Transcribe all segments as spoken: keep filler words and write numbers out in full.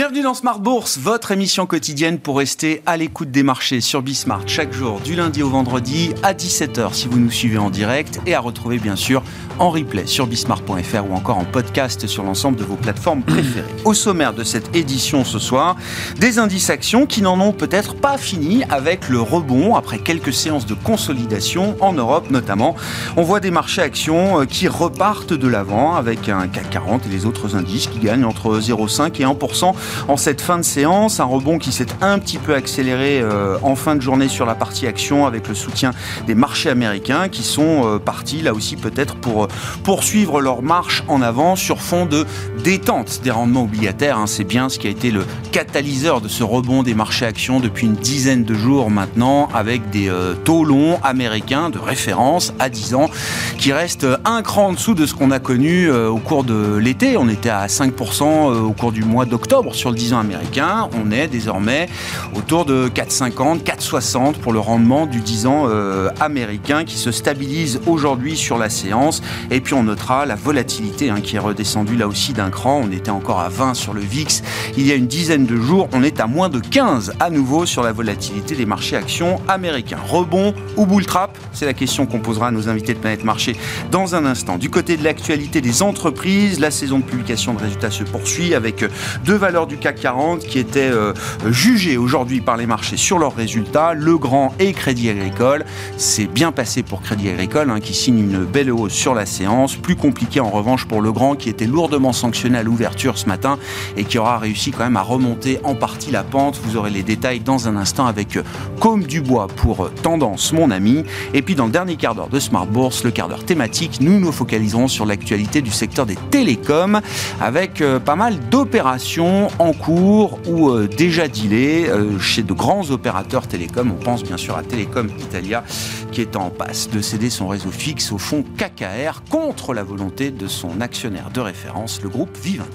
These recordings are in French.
Bienvenue dans Smart Bourse, votre émission quotidienne pour rester à l'écoute des marchés sur Bismart chaque jour du lundi au vendredi à dix-sept heures si vous nous suivez en direct et à retrouver bien sûr en replay sur bismart point f r ou encore en podcast sur l'ensemble de vos plateformes préférées. Au sommaire de cette édition ce soir, des indices actions qui n'en ont peut-être pas fini avec le rebond après quelques séances de consolidation en Europe notamment. On voit des marchés actions qui repartent de l'avant avec un C A C quarante et les autres indices qui gagnent entre zéro virgule cinq et un pour cent en cette fin de séance. Un rebond qui s'est un petit peu accéléré euh, en fin de journée sur la partie action avec le soutien des marchés américains qui sont euh, partis là aussi peut-être pour euh, poursuivre leur marche en avant sur fond de détente des rendements obligataires. Hein. C'est bien ce qui a été le catalyseur de ce rebond des marchés actions depuis une dizaine de jours maintenant avec des euh, taux longs américains de référence à dix ans qui restent un cran en dessous de ce qu'on a connu euh, au cours de l'été. On était à cinq pour cent euh, au cours du mois d'octobre sur le dix ans américain. On est désormais autour de quatre virgule cinquante, quatre virgule soixante pour le rendement du dix ans euh, américain qui se stabilise aujourd'hui sur la séance. Et puis on notera la volatilité hein, qui est redescendue là aussi d'un cran. On était encore à vingt sur le V I X il y a une dizaine de jours. On est à moins de quinze à nouveau sur la volatilité des marchés actions américains. Rebond ou bull trap? C'est la question qu'on posera à nos invités de Planète Marché dans un instant. Du côté de l'actualité des entreprises, la saison de publication de résultats se poursuit avec deux valeurs du C A C quarante qui étaient euh, jugées aujourd'hui par les marchés sur leurs résultats, Legrand et Crédit Agricole. C'est bien passé pour Crédit Agricole hein, qui signe une belle hausse sur la séance. Plus compliqué en revanche pour Legrand qui était lourdement sanctionné à l'ouverture ce matin et qui aura réussi quand même à remonter en partie la pente. Vous aurez les détails dans un instant avec Côme Dubois pour Tendance, mon ami. Et puis dans le dernier quart d'heure de Smart Bourse, le quart d'heure thématique, nous nous focaliserons sur l'actualité du secteur des télécoms avec euh, pas mal d'opérations en cours ou euh, déjà dealées euh, chez de grands opérateurs télécoms. On pense bien sûr à Telecom Italia qui est en passe de céder son réseau fixe au fonds K K R contre la volonté de son actionnaire de référence, le groupe Vivendi.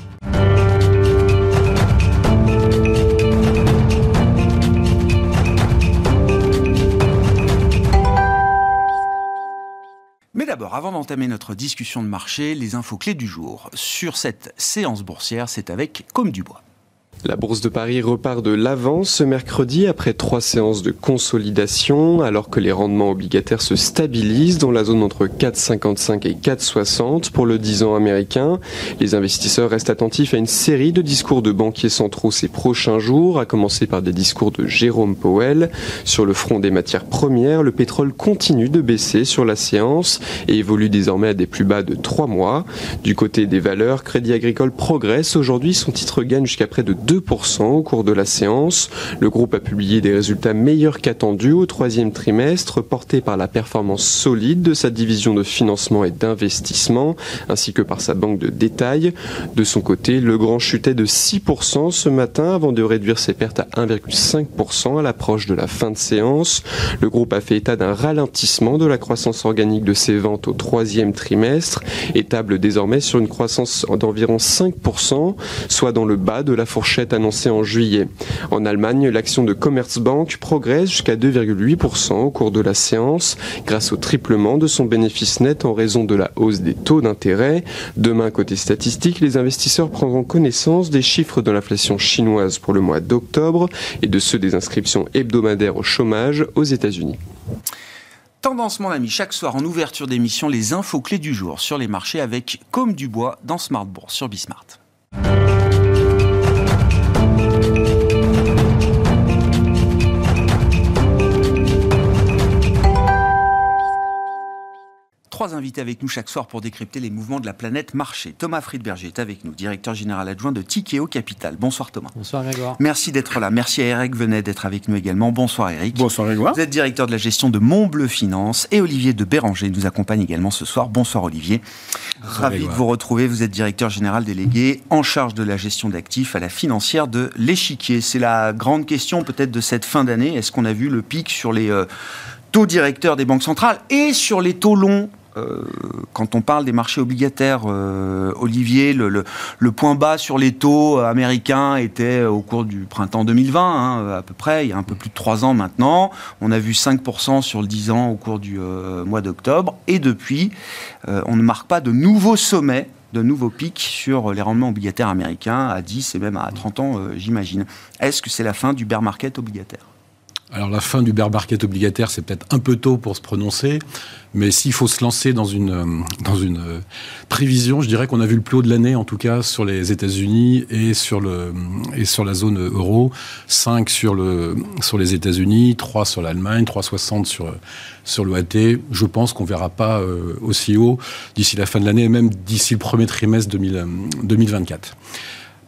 Mais d'abord, avant d'entamer notre discussion de marché, les infos clés du jour. Sur cette séance boursière, c'est avec Côme Dubois. La Bourse de Paris repart de l'avant ce mercredi après trois séances de consolidation, alors que les rendements obligataires se stabilisent dans la zone entre quatre virgule cinquante-cinq et quatre virgule soixante pour le dix ans américain. Les investisseurs restent attentifs à une série de discours de banquiers centraux ces prochains jours, à commencer par des discours de Jérôme Powell. Sur le front des matières premières, le pétrole continue de baisser sur la séance et évolue désormais à des plus bas de trois mois. Du côté des valeurs, Crédit Agricole progresse. Aujourd'hui, son titre gagne jusqu'à près de deux pour cent au cours de la séance. Le groupe a publié des résultats meilleurs qu'attendus au troisième trimestre, portés par la performance solide de sa division de financement et d'investissement, ainsi que par sa banque de détail. De son côté, Legrand chutait de six pour cent ce matin avant de réduire ses pertes à un virgule cinq pour cent à l'approche de la fin de séance. Le groupe a fait état d'un ralentissement de la croissance organique de ses ventes au troisième trimestre et table désormais sur une croissance d'environ cinq pour cent, soit dans le bas de la fourchette annoncée en juillet. En Allemagne, l'action de Commerzbank progresse jusqu'à deux virgule huit pour cent au cours de la séance, grâce au triplement de son bénéfice net en raison de la hausse des taux d'intérêt. Demain, côté statistique, les investisseurs prendront connaissance des chiffres de l'inflation chinoise pour le mois d'octobre et de ceux des inscriptions hebdomadaires au chômage aux États-Unis. Tendance, mon ami, chaque soir en ouverture d'émission, les infos clés du jour sur les marchés avec Côme Dubois dans Smart Bourse sur Bismart. Trois invités avec nous chaque soir pour décrypter les mouvements de la planète marché. Thomas Friedberger est avec nous, directeur général adjoint de Tikeo Capital. Bonsoir Thomas. Bonsoir Grégoire. Merci d'être là. Merci à Eric Venet d'être avec nous également. Bonsoir Eric. Bonsoir Grégoire. Vous êtes directeur de la gestion de Montbleu Finance et Olivier de Béranger nous accompagne également ce soir. Bonsoir Olivier. Bonsoir, Ravi Grégoire. De vous retrouver. Vous êtes directeur général délégué en charge de la gestion d'actifs à la financière de l'Échiquier. C'est la grande question peut-être de cette fin d'année. Est-ce qu'on a vu le pic sur les euh, taux directeurs des banques centrales et sur les taux longs? Euh, quand on parle des marchés obligataires, euh, Olivier, le, le, le point bas sur les taux américains était au cours du printemps deux mille vingt, hein, à peu près, il y a un peu plus de trois ans maintenant. On a vu cinq pour cent sur le dix ans au cours du euh, mois d'octobre. Et depuis, euh, on ne marque pas de nouveaux sommets de nouveaux pics sur les rendements obligataires américains à dix et même à trente ans, euh, j'imagine. Est-ce que c'est la fin du bear market obligataire ? Alors la fin du bear market obligataire, c'est peut-être un peu tôt pour se prononcer, mais s'il faut se lancer dans une, dans une prévision, je dirais qu'on a vu le plus haut de l'année, en tout cas sur les États-Unis et sur, le, et sur la zone euro, cinq sur, le, sur les États-Unis, trois sur l'Allemagne, trois virgule soixante sur, sur l'O A T. Je pense qu'on ne verra pas euh, aussi haut d'ici la fin de l'année et même d'ici le premier trimestre deux mille vingt-quatre. Pourquoi ?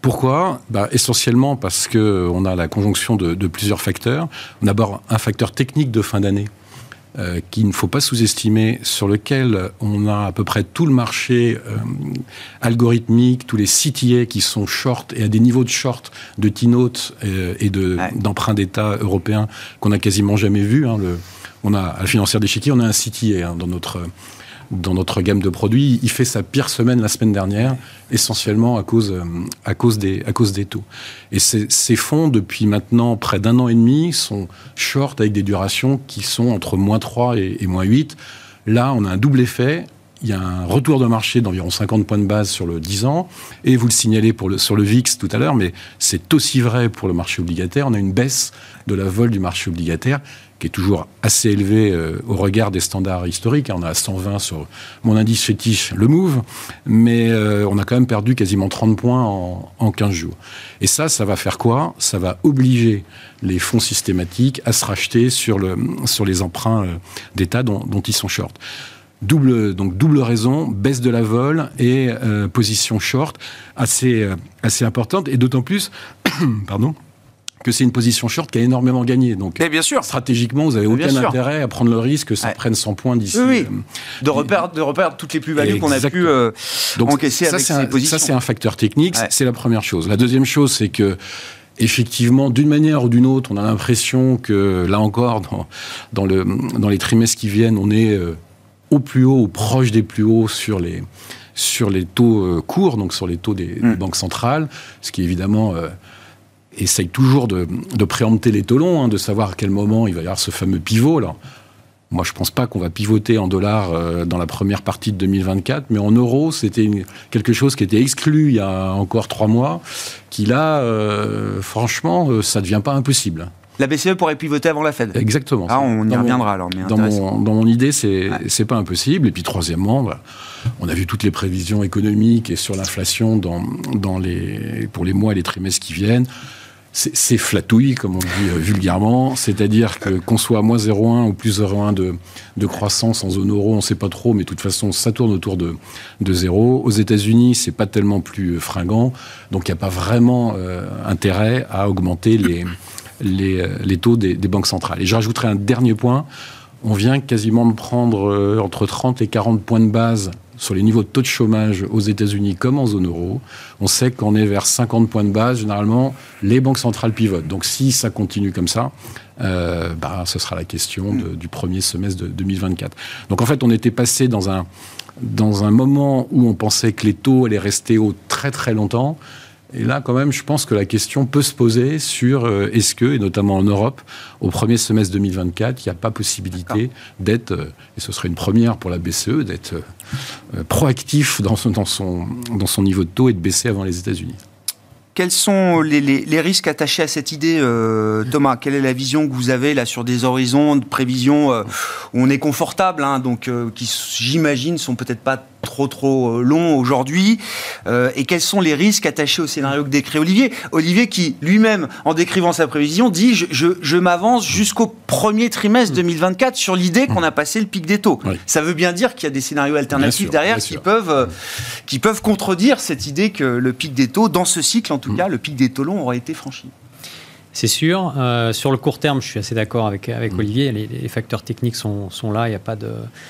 Bah, essentiellement parce qu'on a la conjonction de, de plusieurs facteurs. D'abord, un facteur technique de fin d'année euh, qu'il ne faut pas sous-estimer, sur lequel on a à peu près tout le marché euh, algorithmique, tous les C T A qui sont short et à des niveaux de short de T-note euh, et de, ouais. d'emprunt d'État européen qu'on n'a quasiment jamais vu. Hein, le, on a, à la financière d'échiquier, on a un C T A hein, dans notre... dans notre gamme de produits. Il fait sa pire semaine la semaine dernière, essentiellement à cause, à cause, des, à cause des taux. Et ces, ces fonds, depuis maintenant près d'un an et demi, sont short avec des durations qui sont entre moins trois et, et moins huit. Là, on a un double effet. Il y a un retour de marché d'environ cinquante points de base sur le dix ans. Et vous le signalez pour le, sur le V I X tout à l'heure, mais c'est aussi vrai pour le marché obligataire. On a une baisse de la vol du marché obligataire qui est toujours assez élevé euh, au regard des standards historiques. On a cent vingt sur mon indice fétiche, le Move, mais euh, on a quand même perdu quasiment trente points en, en quinze jours. Et ça, ça va faire quoi ? Ça va obliger les fonds systématiques à se racheter sur, le, sur les emprunts euh, d'État dont, dont ils sont short. Double, donc double raison, baisse de la vol et euh, position short assez, euh, assez importante, et d'autant plus, pardon, que c'est une position short qui a énormément gagné. Donc, mais bien sûr. Stratégiquement, vous n'avez aucun sûr. intérêt à prendre le risque que ça ouais. prenne cent points d'ici. Oui, oui. De reperdre, de reperdre toutes les plus-values qu'on a pu euh, donc, encaisser ça, avec ces un, positions. Ça, c'est un facteur technique, ouais. c'est la première chose. La deuxième chose, c'est que effectivement, d'une manière ou d'une autre, on a l'impression que, là encore, dans, dans, le, dans les trimestres qui viennent, on est euh, au plus haut, ou proche des plus hauts sur les, sur les taux euh, courts, donc sur les taux des, mmh. des banques centrales, ce qui évidemment euh, essaye toujours de, de préempter les taux longs, hein, de savoir à quel moment il va y avoir ce fameux pivot. Alors, moi, je ne pense pas qu'on va pivoter en dollars euh, dans la première partie de deux mille vingt-quatre, mais en euros, c'était une, quelque chose qui était exclu il y a encore trois mois, qui là, euh, franchement, euh, ça ne devient pas impossible. La B C E pourrait pivoter avant la Fed. Exactement. Ah, on y dans reviendra mon, alors. Mais dans, mon, dans mon idée, c'est, ouais. c'est pas impossible. Et puis troisièmement, bah, on a vu toutes les prévisions économiques et sur l'inflation dans, dans les, pour les mois et les trimestres qui viennent. C'est, c'est flatouille, comme on dit euh, vulgairement. C'est-à-dire que qu'on soit à moins zéro virgule un ou plus zéro virgule un de, de croissance en zone euro, on ne sait pas trop, mais de toute façon, ça tourne autour de, de zéro. Aux États-Unis, c'est pas tellement plus fringant. Donc, il n'y a pas vraiment euh, intérêt à augmenter les... Les, les taux des, des banques centrales. Et je rajouterai un dernier point. On vient quasiment de prendre euh, entre trente et quarante points de base sur les niveaux de taux de chômage aux États-Unis comme en zone euro. On sait qu'on est vers cinquante points de base. Généralement, les banques centrales pivotent. Donc, si ça continue comme ça, euh, bah, ce sera la question de, du premier semestre de deux mille vingt-quatre. Donc, en fait, on était passé dans un, dans un moment où on pensait que les taux allaient rester hauts très, très longtemps. Et là, quand même, je pense que la question peut se poser sur euh, est-ce que, et notamment en Europe, au premier semestre deux mille vingt-quatre, il n'y a pas possibilité d'être, euh, et ce serait une première pour la B C E, d'être euh, proactif dans son, dans, son, dans son niveau de taux et de baisser avant les États-Unis. Quels sont les, les, les risques attachés à cette idée, euh, Thomas ? Quelle est la vision que vous avez là sur des horizons de prévision euh, où on est confortable, hein, donc euh, qui, j'imagine, sont peut-être pas trop trop longs aujourd'hui, euh, et quels sont les risques attachés au scénario que décrit Olivier ? Olivier qui, lui-même, en décrivant sa prévision, dit je, je, je m'avance jusqu'au premier trimestre deux mille vingt-quatre sur l'idée qu'on a passé le pic des taux. Oui. Ça veut bien dire qu'il y a des scénarios alternatifs sûr, derrière qui peuvent, euh, qui peuvent contredire cette idée que le pic des taux, dans ce cycle en tout mmh. cas, le pic des taux longs aurait été franchi. C'est sûr. Euh, sur le court terme, je suis assez d'accord avec, avec mmh. Olivier. Les, les facteurs techniques sont, sont là. Il n'y a pas de...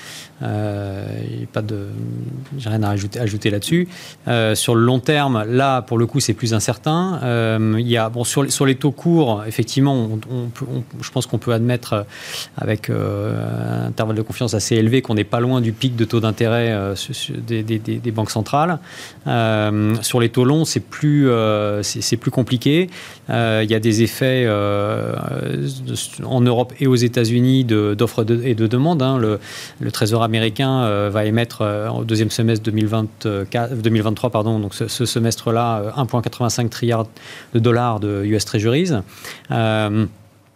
Euh, il n'y a pas de, j'ai rien à ajouter, ajouter là-dessus. Euh, sur le long terme, là, pour le coup, c'est plus incertain. Euh, il y a, bon, sur, sur les taux courts, effectivement, on, on peut, on, je pense qu'on peut admettre, avec euh, un intervalle de confiance assez élevé, qu'on n'est pas loin du pic de taux d'intérêt euh, des, des, des banques centrales. Euh, sur les taux longs, c'est plus, euh, c'est, c'est plus compliqué. Euh, il y a des effets effet euh, en Europe et aux États-Unis de, d'offres de, et de demandes. Hein. Le, le Trésor américain euh, va émettre euh, au deuxième semestre deux mille vingt-quatre, deux mille vingt-trois, pardon, donc ce, ce semestre-là, un virgule quatre-vingt-cinq trilliard de dollars de U S Treasuries. Euh,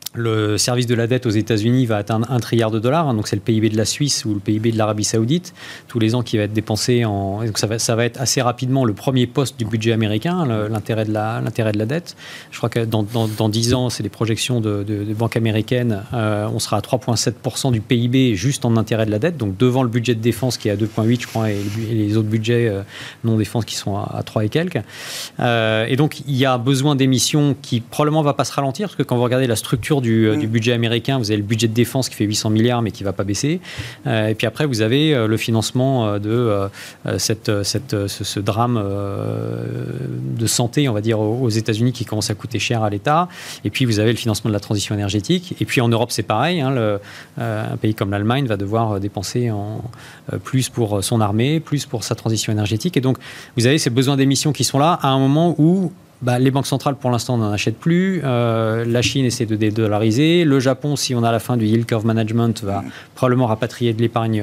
Le service de la dette aux États-Unis va atteindre un trilliard de dollars, hein, donc c'est le P I B de la Suisse ou le P I B de l'Arabie Saoudite, tous les ans qui va être dépensé en. Donc ça va, ça va être assez rapidement le premier poste du budget américain, le, l'intérêt, de la, l'intérêt de la dette. Je crois que dans, dans, dans dix ans, c'est les projections de, de, de banques américaines, euh, on sera à trois virgule sept pour cent du P I B juste en intérêt de la dette, donc devant le budget de défense qui est à deux virgule huit, je crois, et, et les autres budgets euh, non défense qui sont à, à trois et quelques. Euh, et donc il y a besoin d'émissions qui probablement ne va pas se ralentir, parce que quand vous regardez la structure Du, mmh. du budget américain, vous avez le budget de défense qui fait huit cents milliards mais qui ne va pas baisser. Euh, et puis après, vous avez euh, le financement de euh, cette, cette, ce, ce drame euh, de santé, on va dire, aux, aux États-Unis qui commence à coûter cher à l'État. Et puis, vous avez le financement de la transition énergétique. Et puis, en Europe, c'est pareil. Hein, le, euh, un pays comme l'Allemagne va devoir dépenser en, euh, plus pour son armée, plus pour sa transition énergétique. Et donc, vous avez ces besoins d'émissions qui sont là à un moment où Bah, les banques centrales, pour l'instant, n'en achètent plus. Euh, la Chine essaie de dédollariser. Le Japon, si on a la fin du yield curve management, va probablement rapatrier de l'épargne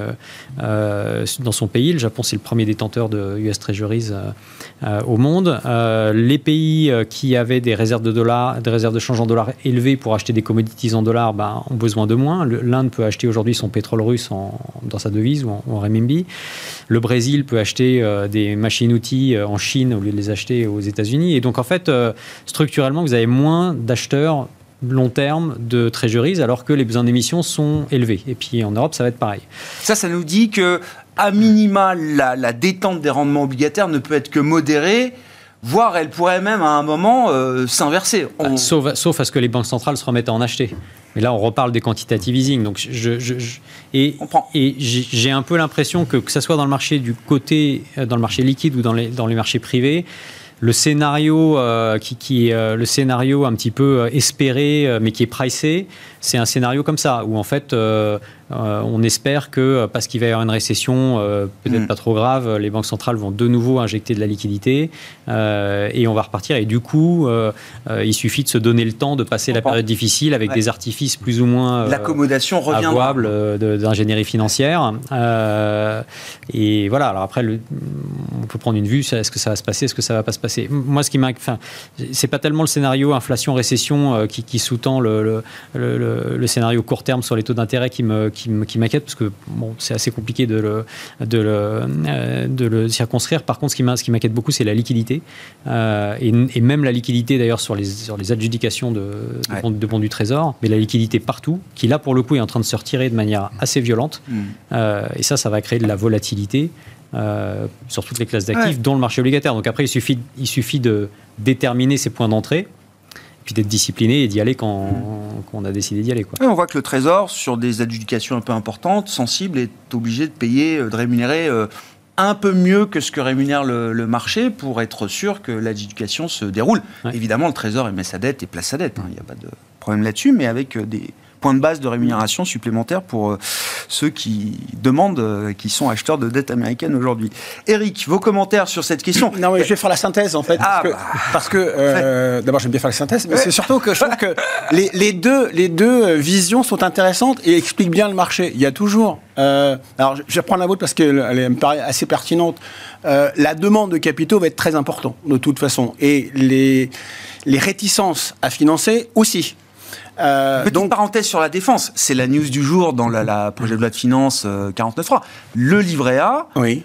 euh, dans son pays. Le Japon, c'est le premier détenteur de U S Treasuries euh, euh, au monde. Euh, les pays qui avaient des réserves de dollars, des réserves de change en dollars élevées pour acheter des commodities en dollars, bah, ont besoin de moins. Le, L'Inde peut acheter aujourd'hui son pétrole russe en, dans sa devise ou en, en renminbi. Le Brésil peut acheter euh, des machines-outils euh, en Chine au lieu de les acheter aux États-Unis. Et donc, en fait, euh, structurellement, vous avez moins d'acheteurs long terme de treasuries, alors que les besoins d'émissions sont élevés. Et puis, en Europe, ça va être pareil. Ça, ça nous dit que, à minima, la, la détente des rendements obligataires ne peut être que modérée, voire elle pourrait même, à un moment, euh, s'inverser. On... Bah, sauf, sauf à ce que les banques centrales se remettent à en acheter. Mais là, on reparle des quantitative easing. Donc, je, je, je, et, et j'ai, j'ai un peu l'impression que, que ça soit dans le marché du côté, dans le marché liquide ou dans les, dans les marchés privés, le scénario euh, qui, qui euh, le scénario un petit peu euh, espéré, euh, mais qui est pricé, c'est un scénario comme ça, où en fait, euh, euh, on espère que, parce qu'il va y avoir une récession euh, peut-être mmh. pas trop grave, les banques centrales vont de nouveau injecter de la liquidité euh, et on va repartir. Et du coup, euh, euh, il suffit de se donner le temps de passer la période difficile avec ouais. des artifices plus ou moins euh, l'accommodation reviendra. avouables euh, de, d'ingénierie financière. Euh, et voilà, alors après, le, on peut prendre une vue, est-ce que ça va se passer, est-ce que ça va pas se passer. Moi, ce qui m'a, enfin, c'est pas tellement le scénario inflation-récession euh, qui, qui sous-tend le, le, le, le, le scénario court terme sur les taux d'intérêt qui me qui, qui m'inquiète, parce que bon, c'est assez compliqué de le, de, le, euh, de le circonscrire. Par contre, ce qui, ce qui m'inquiète beaucoup, c'est la liquidité. Euh, et, et même la liquidité, d'ailleurs, sur les, sur les adjudications de, de, ouais. bons, de bons du Trésor, mais la liquidité partout, qui là, pour le coup, est en train de se retirer de manière assez violente. Mmh. Euh, et ça, ça va créer de la volatilité euh, sur toutes les classes d'actifs, ouais. dont le marché obligataire. Donc après, il suffit, il suffit de déterminer ses points d'entrée, puis d'être discipliné et d'y aller quand, mmh. quand on a décidé d'y aller, quoi. Ouais, on voit que le Trésor, sur des adjudications un peu importantes, sensibles, est obligé de payer, de rémunérer euh, un peu mieux que ce que rémunère le, le marché pour être sûr que l'adjudication se déroule. Ouais. Évidemment, le Trésor émet sa dette et place sa dette. Il hein, n'y a pas de problème là-dessus, mais avec euh, des points de base de rémunération supplémentaires pour euh, ceux qui demandent, euh, qui sont acheteurs de dette américaine aujourd'hui. Eric, vos commentaires sur cette question? Non, mais je vais faire la synthèse, en fait, ah, parce que, bah, parce que euh, d'abord, j'aime bien faire la synthèse, mais ouais. c'est surtout que je trouve que les, les, deux, les deux visions sont intéressantes et expliquent bien le marché. Il y a toujours... Euh, alors, je vais reprendre la vôtre parce qu'elle me paraît assez pertinente. Euh, la demande de capitaux va être très importante, de toute façon. Et les, les réticences à financer aussi. Euh, Petite donc, parenthèse sur la défense, c'est la news du jour dans la, la projet de loi de finances euh, quarante-neuf trois. Le livret A oui.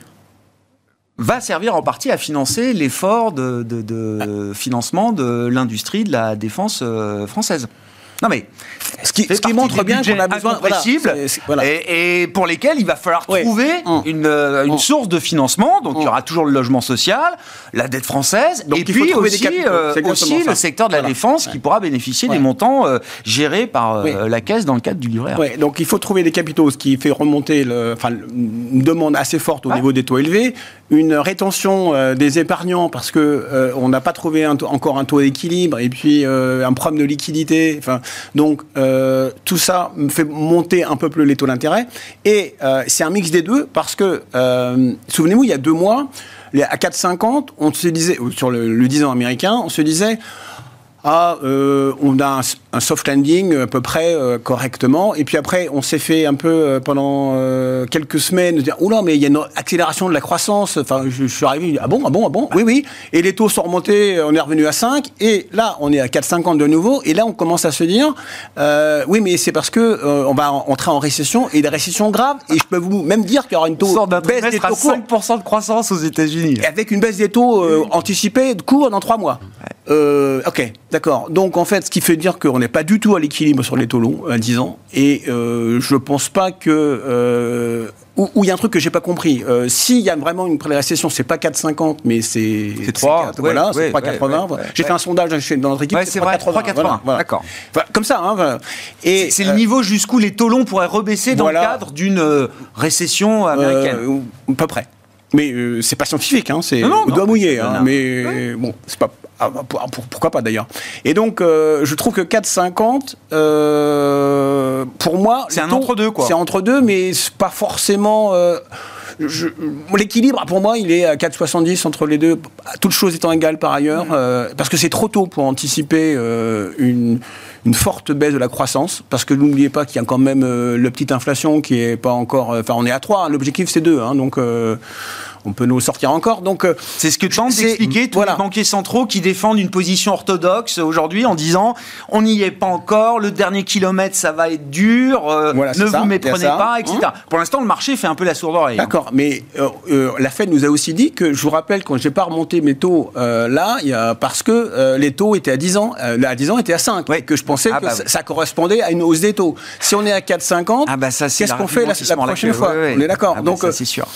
va servir en partie à financer l'effort de, de, de ah. financement de l'industrie de la défense euh, française. Non mais, ce qui, ce qui montre bien qu'on a besoin, voilà, c'est, c'est, voilà. Et, et pour lesquels il va falloir oui. trouver mmh. une, une mmh. source de financement. Donc mmh. il y aura toujours le logement social, la dette française, donc, et puis aussi, euh, aussi le secteur de la voilà. défense ouais. qui pourra bénéficier ouais. des montants euh, gérés par euh, oui. la caisse dans le cadre du livret A. Oui, donc il faut trouver des capitaux, ce qui fait remonter le, enfin, une demande assez forte au ouais. niveau des taux élevés, une rétention euh, des épargnants parce que euh, on n'a pas trouvé un, encore un taux d'équilibre et puis euh, un problème de liquidité. Enfin. Donc, euh, tout ça me fait monter un peu plus les taux d'intérêt. Et euh, c'est un mix des deux parce que, euh, souvenez-vous, il y a deux mois, à quatre virgule cinquante, on se disait, sur le, le dix ans américain, on se disait... Ah, euh, on a un, un soft landing à peu près euh, correctement. Et puis après, on s'est fait un peu euh, pendant euh, quelques semaines dire oula, mais il y a une accélération de la croissance. Enfin, je, je suis arrivé, ah bon, ah bon, ah bon, oui, oui. Et les taux sont remontés, on est revenu à cinq. Et là, on est à quatre virgule cinquante de nouveau. Et là, on commence à se dire, euh, oui, mais c'est parce que euh, on va entrer en récession et des récessions graves. Et je peux vous même dire qu'il y aura une taux baisse des taux à cinq pour cent de croissance aux États-Unis. Avec une baisse des taux euh, anticipée de cours dans trois mois. Euh, ok, d'accord. Donc en fait, ce qui fait dire qu'on n'est pas du tout à l'équilibre sur les taux longs à dix ans. Et euh, je pense pas que euh, où il y a un truc que j'ai pas compris. Euh, S'il y a vraiment une pré-récession, c'est pas quatre virgule cinquante, mais c'est c'est trois. quatre, voilà, ouais, c'est trois virgule quatre-vingts. ouais, ouais, j'ai ouais. fait un sondage chez, dans notre équipe. Ouais, c'est vrai, trois virgule quatre-vingts. Voilà, voilà. D'accord. Enfin, comme ça, hein. Voilà. Et c'est, c'est euh, le niveau jusqu'où les taux longs pourraient rebaisser dans voilà. le cadre d'une euh, récession américaine. Euh, à peu près. Mais euh, c'est pas scientifique, hein, c'est non, non, au doigt non, mouillé. non, Hein, non. mais Ouais. bon, c'est pas. Ah, pour, pour, pourquoi pas d'ailleurs. Et donc, euh, je trouve que quatre virgule cinquante, euh, pour moi, C'est le un taux, entre-deux, quoi. C'est entre deux, mais c'est pas forcément. Euh, je, l'équilibre, pour moi, il est à quatre virgule soixante-dix entre les deux, toutes choses étant égales par ailleurs, euh, parce que c'est trop tôt pour anticiper euh, une, une forte baisse de la croissance, parce que n'oubliez pas qu'il y a quand même euh, la petite inflation qui est pas encore. Enfin, on est à trois, hein, l'objectif c'est deux, hein, donc. Euh, on peut nous sortir encore. Donc, euh, c'est ce que tentent c'est- d'expliquer tous voilà. les banquiers centraux qui défendent une position orthodoxe aujourd'hui en disant on n'y est pas encore, le dernier kilomètre ça va être dur, euh, Voilà, c'est ne ça, vous il y méprenez a ça. pas, et cetera. Hein Pour l'instant, le marché fait un peu la sourde oreille. hein. D'accord, mais euh, euh, la Fed nous a aussi dit que, je vous rappelle, quand j'ai pas remonté mes taux euh, là, il y a, parce que euh, les taux étaient à dix ans, euh, à dix ans étaient à cinq, Ouais. et que je pensais Ah que bah ça, oui. ça correspondait à une hausse des taux. Si on est à quatre virgule cinquante, Ah bah ça, c'est qu'est-ce qu'on fait la, la l'argumentaire prochaine là-dessus. fois Ouais, ouais. On est d'accord. Ah bah Donc, ça, euh, c'est sûr.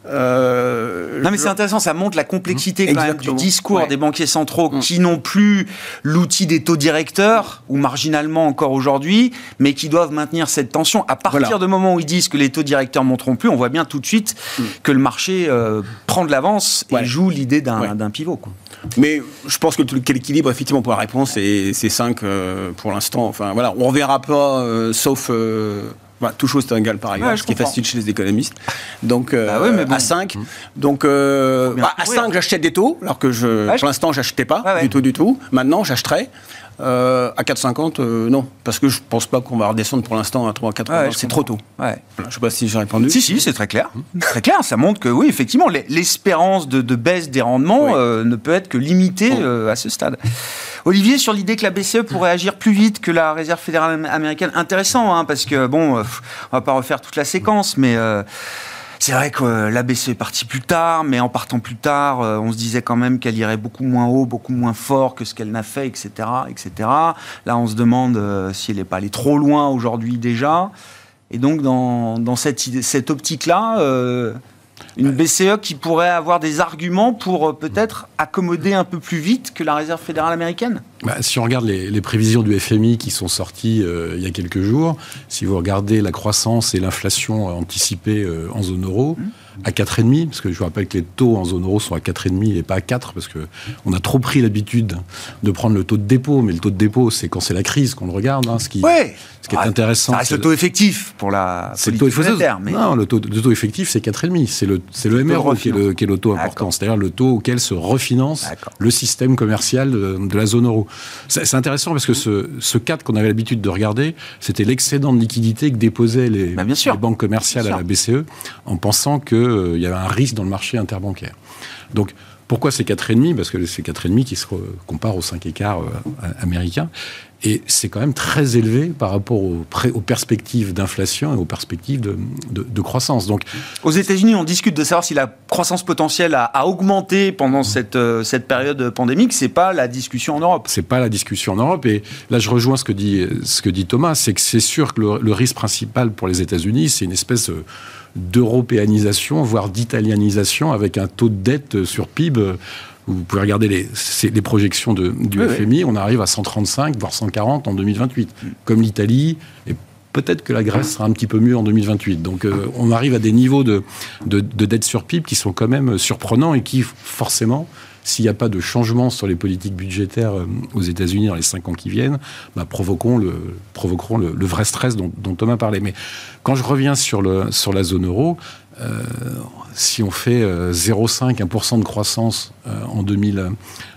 euh, Non mais je- c'est intéressant, ça montre la complexité quand même Exactement. du discours Ouais. des banquiers centraux Mm. qui n'ont plus l'outil des taux directeurs, ou marginalement encore aujourd'hui, mais qui doivent maintenir cette tension. À partir Voilà. du moment où ils disent que les taux directeurs ne monteront plus, on voit bien tout de suite Mm. que le marché euh, prend de l'avance et Ouais. joue l'idée d'un, Ouais. d'un pivot. Quoi. Mais je pense que tout- que l'équilibre, effectivement, pour la réponse, c'est, c'est cinq euh, pour l'instant. Enfin, voilà, on ne reverra pas, euh, sauf. Euh, voilà, tout chose est égale par ailleurs, Ouais, je ce qui est comprends. facile chez les économistes. Donc, euh, Bah ouais, mais bon. à cinq. Donc, euh, Faut bien bah, à couvrir. cinq, j'achetais des taux, alors que je, Ouais, je- pour l'instant, j'achetais pas Ouais, ouais. du tout, du tout. Maintenant, j'achèterai. Euh, à quatre virgule cinquante, euh, non, parce que je pense pas qu'on va redescendre pour l'instant à trois virgule quatre-vingts. Ouais, je c'est trop comprends. tôt. Ouais. Voilà, je sais pas si j'ai répondu. Si, si, c'est très clair. Très clair, ça montre que oui, effectivement, l'e- l'espérance de, de baisse des rendements Oui. euh, ne peut être que limitée Bon. euh, à ce stade. Olivier, sur l'idée que la B C E pourrait agir plus vite que la Réserve fédérale am- américaine, intéressant, hein, parce que, bon, euh, on va pas refaire toute la séquence, mais... euh, c'est vrai que euh, l'A B C E est partie plus tard, mais en partant plus tard, euh, on se disait quand même qu'elle irait beaucoup moins haut, beaucoup moins fort que ce qu'elle n'a fait, et cetera, et cetera. Là, on se demande euh, si elle n'est pas allée trop loin aujourd'hui déjà. Et donc, dans, dans cette, idée- cette optique-là, euh, une B C E qui pourrait avoir des arguments pour euh, peut-être accommoder un peu plus vite que la Réserve fédérale américaine. Bah, si on regarde les, les prévisions du F M I qui sont sorties euh, il y a quelques jours, si vous regardez la croissance et l'inflation anticipée euh, en zone euro, à quatre virgule cinq, parce que je vous rappelle que les taux en zone euro sont à quatre virgule cinq et pas à quatre, parce qu'on a trop pris l'habitude de prendre le taux de dépôt, mais le taux de dépôt, c'est quand c'est la crise qu'on le regarde. Hein, ce qui, Ouais. ce qui est Ah, intéressant... Ça reste c'est le taux effectif pour la C'est le politique taux effectif. monétaire. Mais... Non, le taux, le taux effectif, c'est quatre virgule cinq. C'est le, c'est le Le M R O taux qui est le, qui est le taux important. D'accord. C'est-à-dire le taux auquel se refinance D'accord. le système commercial de, de la zone euro. C'est, c'est intéressant parce que ce, ce cadre qu'on avait l'habitude de regarder, c'était l'excédent de liquidité que déposaient les, Bah, bien sûr. les banques commerciales Bien à la B C E en pensant qu'il euh, y avait un risque dans le marché interbancaire. Donc, pourquoi c'est quatre virgule cinq ? Parce que c'est quatre virgule cinq qui se re- compare aux cinq écarts euh, américains. Et c'est quand même très élevé par rapport aux, pré- aux perspectives d'inflation et aux perspectives de, de, de croissance. Donc, Aux États-Unis, on discute de savoir si la croissance potentielle a, a augmenté pendant cette, euh, cette période pandémique. C'est pas la discussion en Europe. c'est pas la discussion en Europe. Et là, je rejoins ce que dit, ce que dit Thomas, c'est que c'est sûr que le, le risque principal pour les États-Unis, c'est une espèce euh, d'européanisation, voire d'italianisation, avec un taux de dette sur P I B. Vous pouvez regarder les, c'est les projections de, du Oui, F M I, on arrive à cent trente-cinq, voire cent quarante en deux mille vingt-huit, comme l'Italie, et peut-être que la Grèce sera un petit peu mieux en deux mille vingt-huit. Donc euh, on arrive à des niveaux de, de, de dette sur P I B qui sont quand même surprenants et qui, forcément, s'il n'y a pas de changement sur les politiques budgétaires euh, aux États-Unis dans les cinq ans qui viennent, bah, provoqueront, le, provoqueront le, le vrai stress dont, dont Thomas parlait. Mais quand je reviens sur, le, sur la zone euro, euh, si on fait euh, zéro virgule cinq à un pour cent de croissance euh, en, deux mille,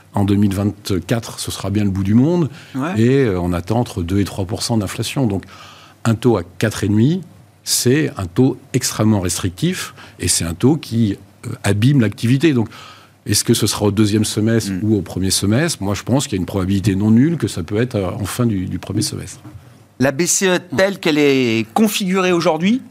En deux mille vingt-quatre, ce sera bien le bout du monde. Ouais. Et euh, on attend entre deux et trois pour cent d'inflation. Donc, un taux à quatre virgule cinq, c'est un taux extrêmement restrictif. Et c'est un taux qui euh, abîme l'activité. Donc, est-ce que ce sera au deuxième semestre mmh. ou au premier semestre ? Moi, je pense qu'il y a une probabilité non nulle que ça peut être euh, en fin du, du premier semestre. La B C E, telle qu'elle est configurée aujourd'hui,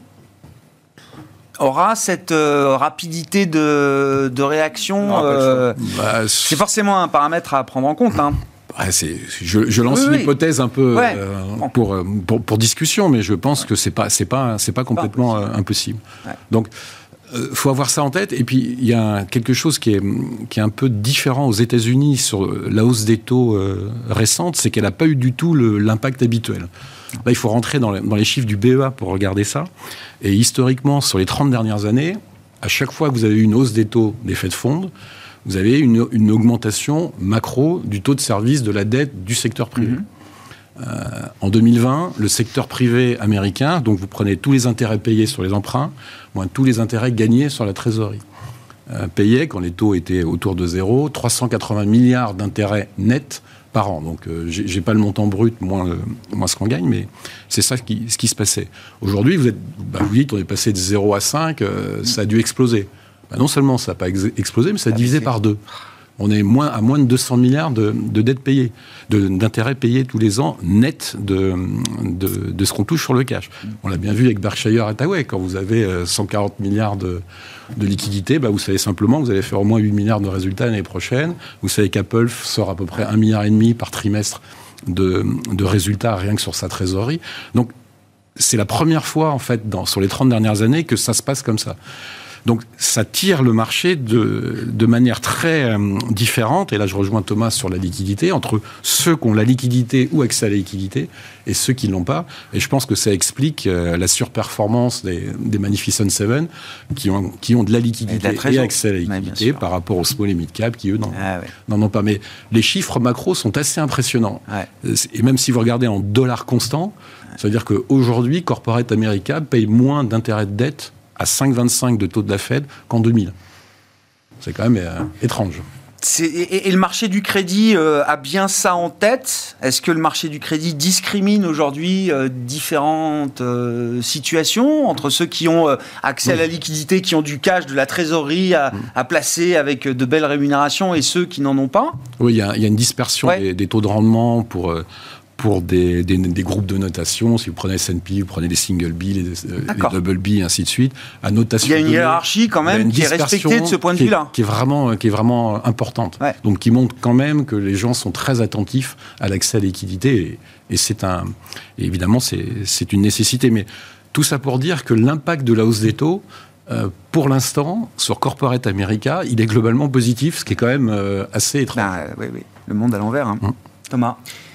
aura cette euh, rapidité de, de réaction euh, bah, c'est forcément un paramètre à prendre en compte. Hein. Ouais, c'est, je, je lance oui, une oui. hypothèse un peu ouais. euh, pour, pour, pour discussion, mais je pense ouais. que c'est pas, c'est pas, c'est pas complètement pas impossible. impossible. Ouais. Donc, il euh, faut avoir ça en tête. Et puis, il y a quelque chose qui est, qui est un peu différent aux États-Unis sur la hausse des taux euh, récente, c'est qu'elle n'a pas eu du tout le, l'impact habituel. Là, il faut rentrer dans les, dans les chiffres du B E A pour regarder ça. Et historiquement, sur les trente dernières années, à chaque fois que vous avez eu une hausse des taux des Fed Funds, vous avez une, une augmentation macro du taux de service de la dette du secteur privé. Mmh. Euh, en deux mille vingt, le secteur privé américain, donc vous prenez tous les intérêts payés sur les emprunts, moins tous les intérêts gagnés sur la trésorerie, euh, payait, quand les taux étaient autour de zéro, trois cent quatre-vingts milliards d'intérêts nets par an. Donc, euh, j'ai, j'ai pas le montant brut, moins, le, moins ce qu'on gagne, mais c'est ça qui, ce qui se passait. Aujourd'hui, vous êtes, bah, vous dites, on est passé de zéro à cinq, euh, ça a dû exploser. Bah, non seulement ça n'a pas ex- explosé, mais ça a divisé par deux. On est moins, à moins de deux cents milliards de, de dettes payées, de, d'intérêts payés tous les ans, net de, de, de ce qu'on touche sur le cash. On l'a bien vu avec Berkshire Hathaway, quand vous avez cent quarante milliards de, de liquidités, bah vous savez simplement que vous allez faire au moins huit milliards de résultats l'année prochaine. Vous savez qu'Apple sort à peu près un virgule cinq milliard par trimestre de, de résultats rien que sur sa trésorerie. Donc, c'est la première fois, en fait, dans, sur les trente dernières années, que ça se passe comme ça. Donc, ça tire le marché de, de manière très euh, différente. Et là, je rejoins Thomas sur la liquidité, entre ceux qui ont la liquidité ou accès à la liquidité et ceux qui ne l'ont pas. Et je pense que ça explique euh, la surperformance des, des Magnificent Seven qui ont, qui ont de la liquidité et, et accès à la liquidité par rapport aux small et mid cap qui, eux, n'en, ah ouais. n'en ont pas. Mais les chiffres macro sont assez impressionnants. Ouais. Et même si vous regardez en dollars constants, ça veut dire qu'aujourd'hui, Corporate America paye moins d'intérêts de dette à cinq virgule vingt-cinq de taux de la Fed qu'en deux mille. C'est quand même euh, étrange. C'est, et, et le marché du crédit euh, a bien ça en tête ? Est-ce que le marché du crédit discrimine aujourd'hui euh, différentes euh, situations entre ceux qui ont euh, accès oui. à la liquidité, qui ont du cash, de la trésorerie à, oui. à placer avec de belles rémunérations et ceux qui n'en ont pas ? Oui, il y, y a une dispersion ouais. des, des taux de rendement pour... Euh, pour des, des, des groupes de notation. Si vous prenez S and P, vous prenez les single B, les, les double B, et ainsi de suite. À notation il y a une hiérarchie quand même qui est respectée de ce point de vue-là. Qui est vraiment, qui est vraiment importante. Ouais. Donc, qui montre quand même que les gens sont très attentifs à l'accès à la liquidité. Et, et c'est un, et évidemment, c'est, c'est une nécessité. Mais tout ça pour dire que l'impact de la hausse des taux, euh, pour l'instant, sur Corporate America, il est globalement positif, ce qui est quand même euh, assez étrange. Bah, oui, oui. Le monde à l'envers. Hein. Hum. Thomas ?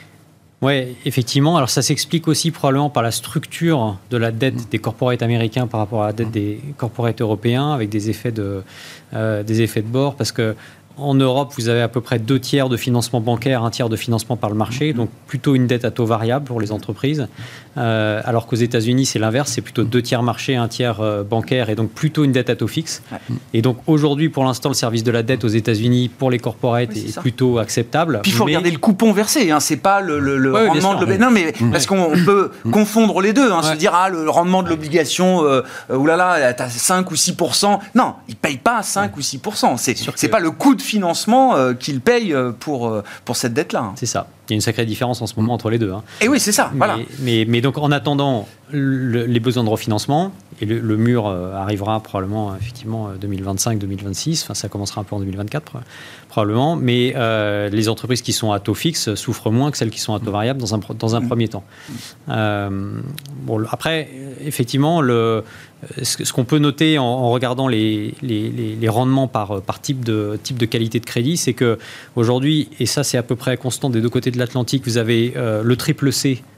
Oui, effectivement. Alors ça s'explique aussi probablement par la structure de la dette des corporates américains par rapport à la dette des corporates européens, avec des effets de, euh, des effets de bord, parce que en Europe, vous avez à peu près deux tiers de financement bancaire, un tiers de financement par le marché, donc plutôt une dette à taux variable pour les entreprises. Euh, alors qu'aux États-Unis, c'est l'inverse, c'est plutôt deux tiers marché, un tiers euh, bancaire, et donc plutôt une dette à taux fixe. Ouais. Et donc aujourd'hui, pour l'instant, le service de la dette aux États-Unis pour les corporates oui, est, est plutôt acceptable. Puis il faut mais... regarder le coupon versé, hein, c'est pas le, le, le ouais, rendement de l'obligation. Non, mais mmh. parce qu'on peut mmh. confondre les deux, hein, ouais. se dire ah le rendement de l'obligation, euh, oulala, t'as cinq ou six pour cent. Non, il paye pas cinq ouais. ou six pour cent. C'est, c'est que... pas le coût de financement euh, qu'il paye pour, euh, pour cette dette-là. Hein. C'est ça. Il y a une sacrée différence en ce moment entre les deux. Hein. Et oui, c'est ça. Mais, voilà. mais, mais donc, en attendant le, les besoins de refinancement, et le, le mur euh, arrivera probablement, effectivement, deux mille vingt-cinq deux mille vingt-six, enfin, ça commencera un peu en deux mille vingt-quatre, probablement, mais euh, les entreprises qui sont à taux fixe souffrent moins que celles qui sont à taux variable dans un, dans un mmh. premier temps. Euh, bon, après, effectivement, le, ce, ce qu'on peut noter en, en regardant les, les, les, les rendements par, par type, de, type de qualité de crédit, c'est qu'aujourd'hui, et ça c'est à peu près constant des deux côtés de l'Atlantique, vous avez euh, le triple C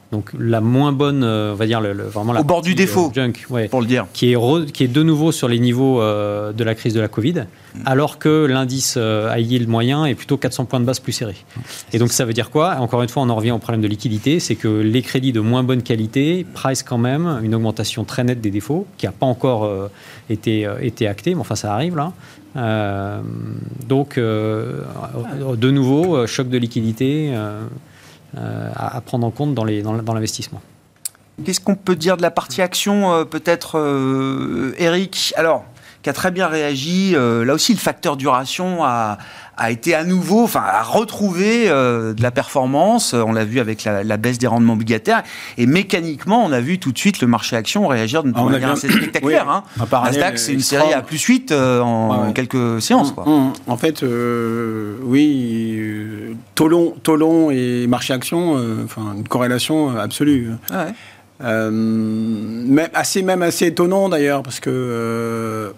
Donc la moins bonne, euh, on va dire le, le, vraiment la au bord du défaut, euh, junk, ouais, pour le dire, qui est re, qui est de nouveau sur les niveaux euh, de la crise de la Covid, mmh. alors que l'indice euh, high yield moyen est plutôt quatre cents points de base plus serré. Et donc ça veut dire quoi ? Encore une fois, on en revient au problème de liquidité, c'est que les crédits de moins bonne qualité pricent quand même une augmentation très nette des défauts, qui n'a pas encore euh, été, euh, été actée, mais enfin ça arrive là. Euh, donc euh, de nouveau, choc de liquidité. Euh, Euh, à, à prendre en compte dans, les, dans, dans l'investissement. Qu'est-ce qu'on peut dire de la partie action, euh, peut-être, euh, Eric ? Alors, qui a très bien réagi. Euh, là aussi, le facteur duration a, a été à nouveau, enfin, a retrouvé euh, de la performance. On l'a vu avec la, la baisse des rendements obligataires. Et mécaniquement, on a vu tout de suite le marché action réagir de manière bien... assez spectaculaire. Oui. Hein. Nasdaq, c'est une série à plus huit euh, en ouais, ouais. quelques séances. Quoi. Mmh, mmh. En fait, euh, oui, euh, taux long, taux long et marché action, euh, enfin, une corrélation absolue. Ah ouais. euh, même, assez, même assez étonnant d'ailleurs, parce que... Euh,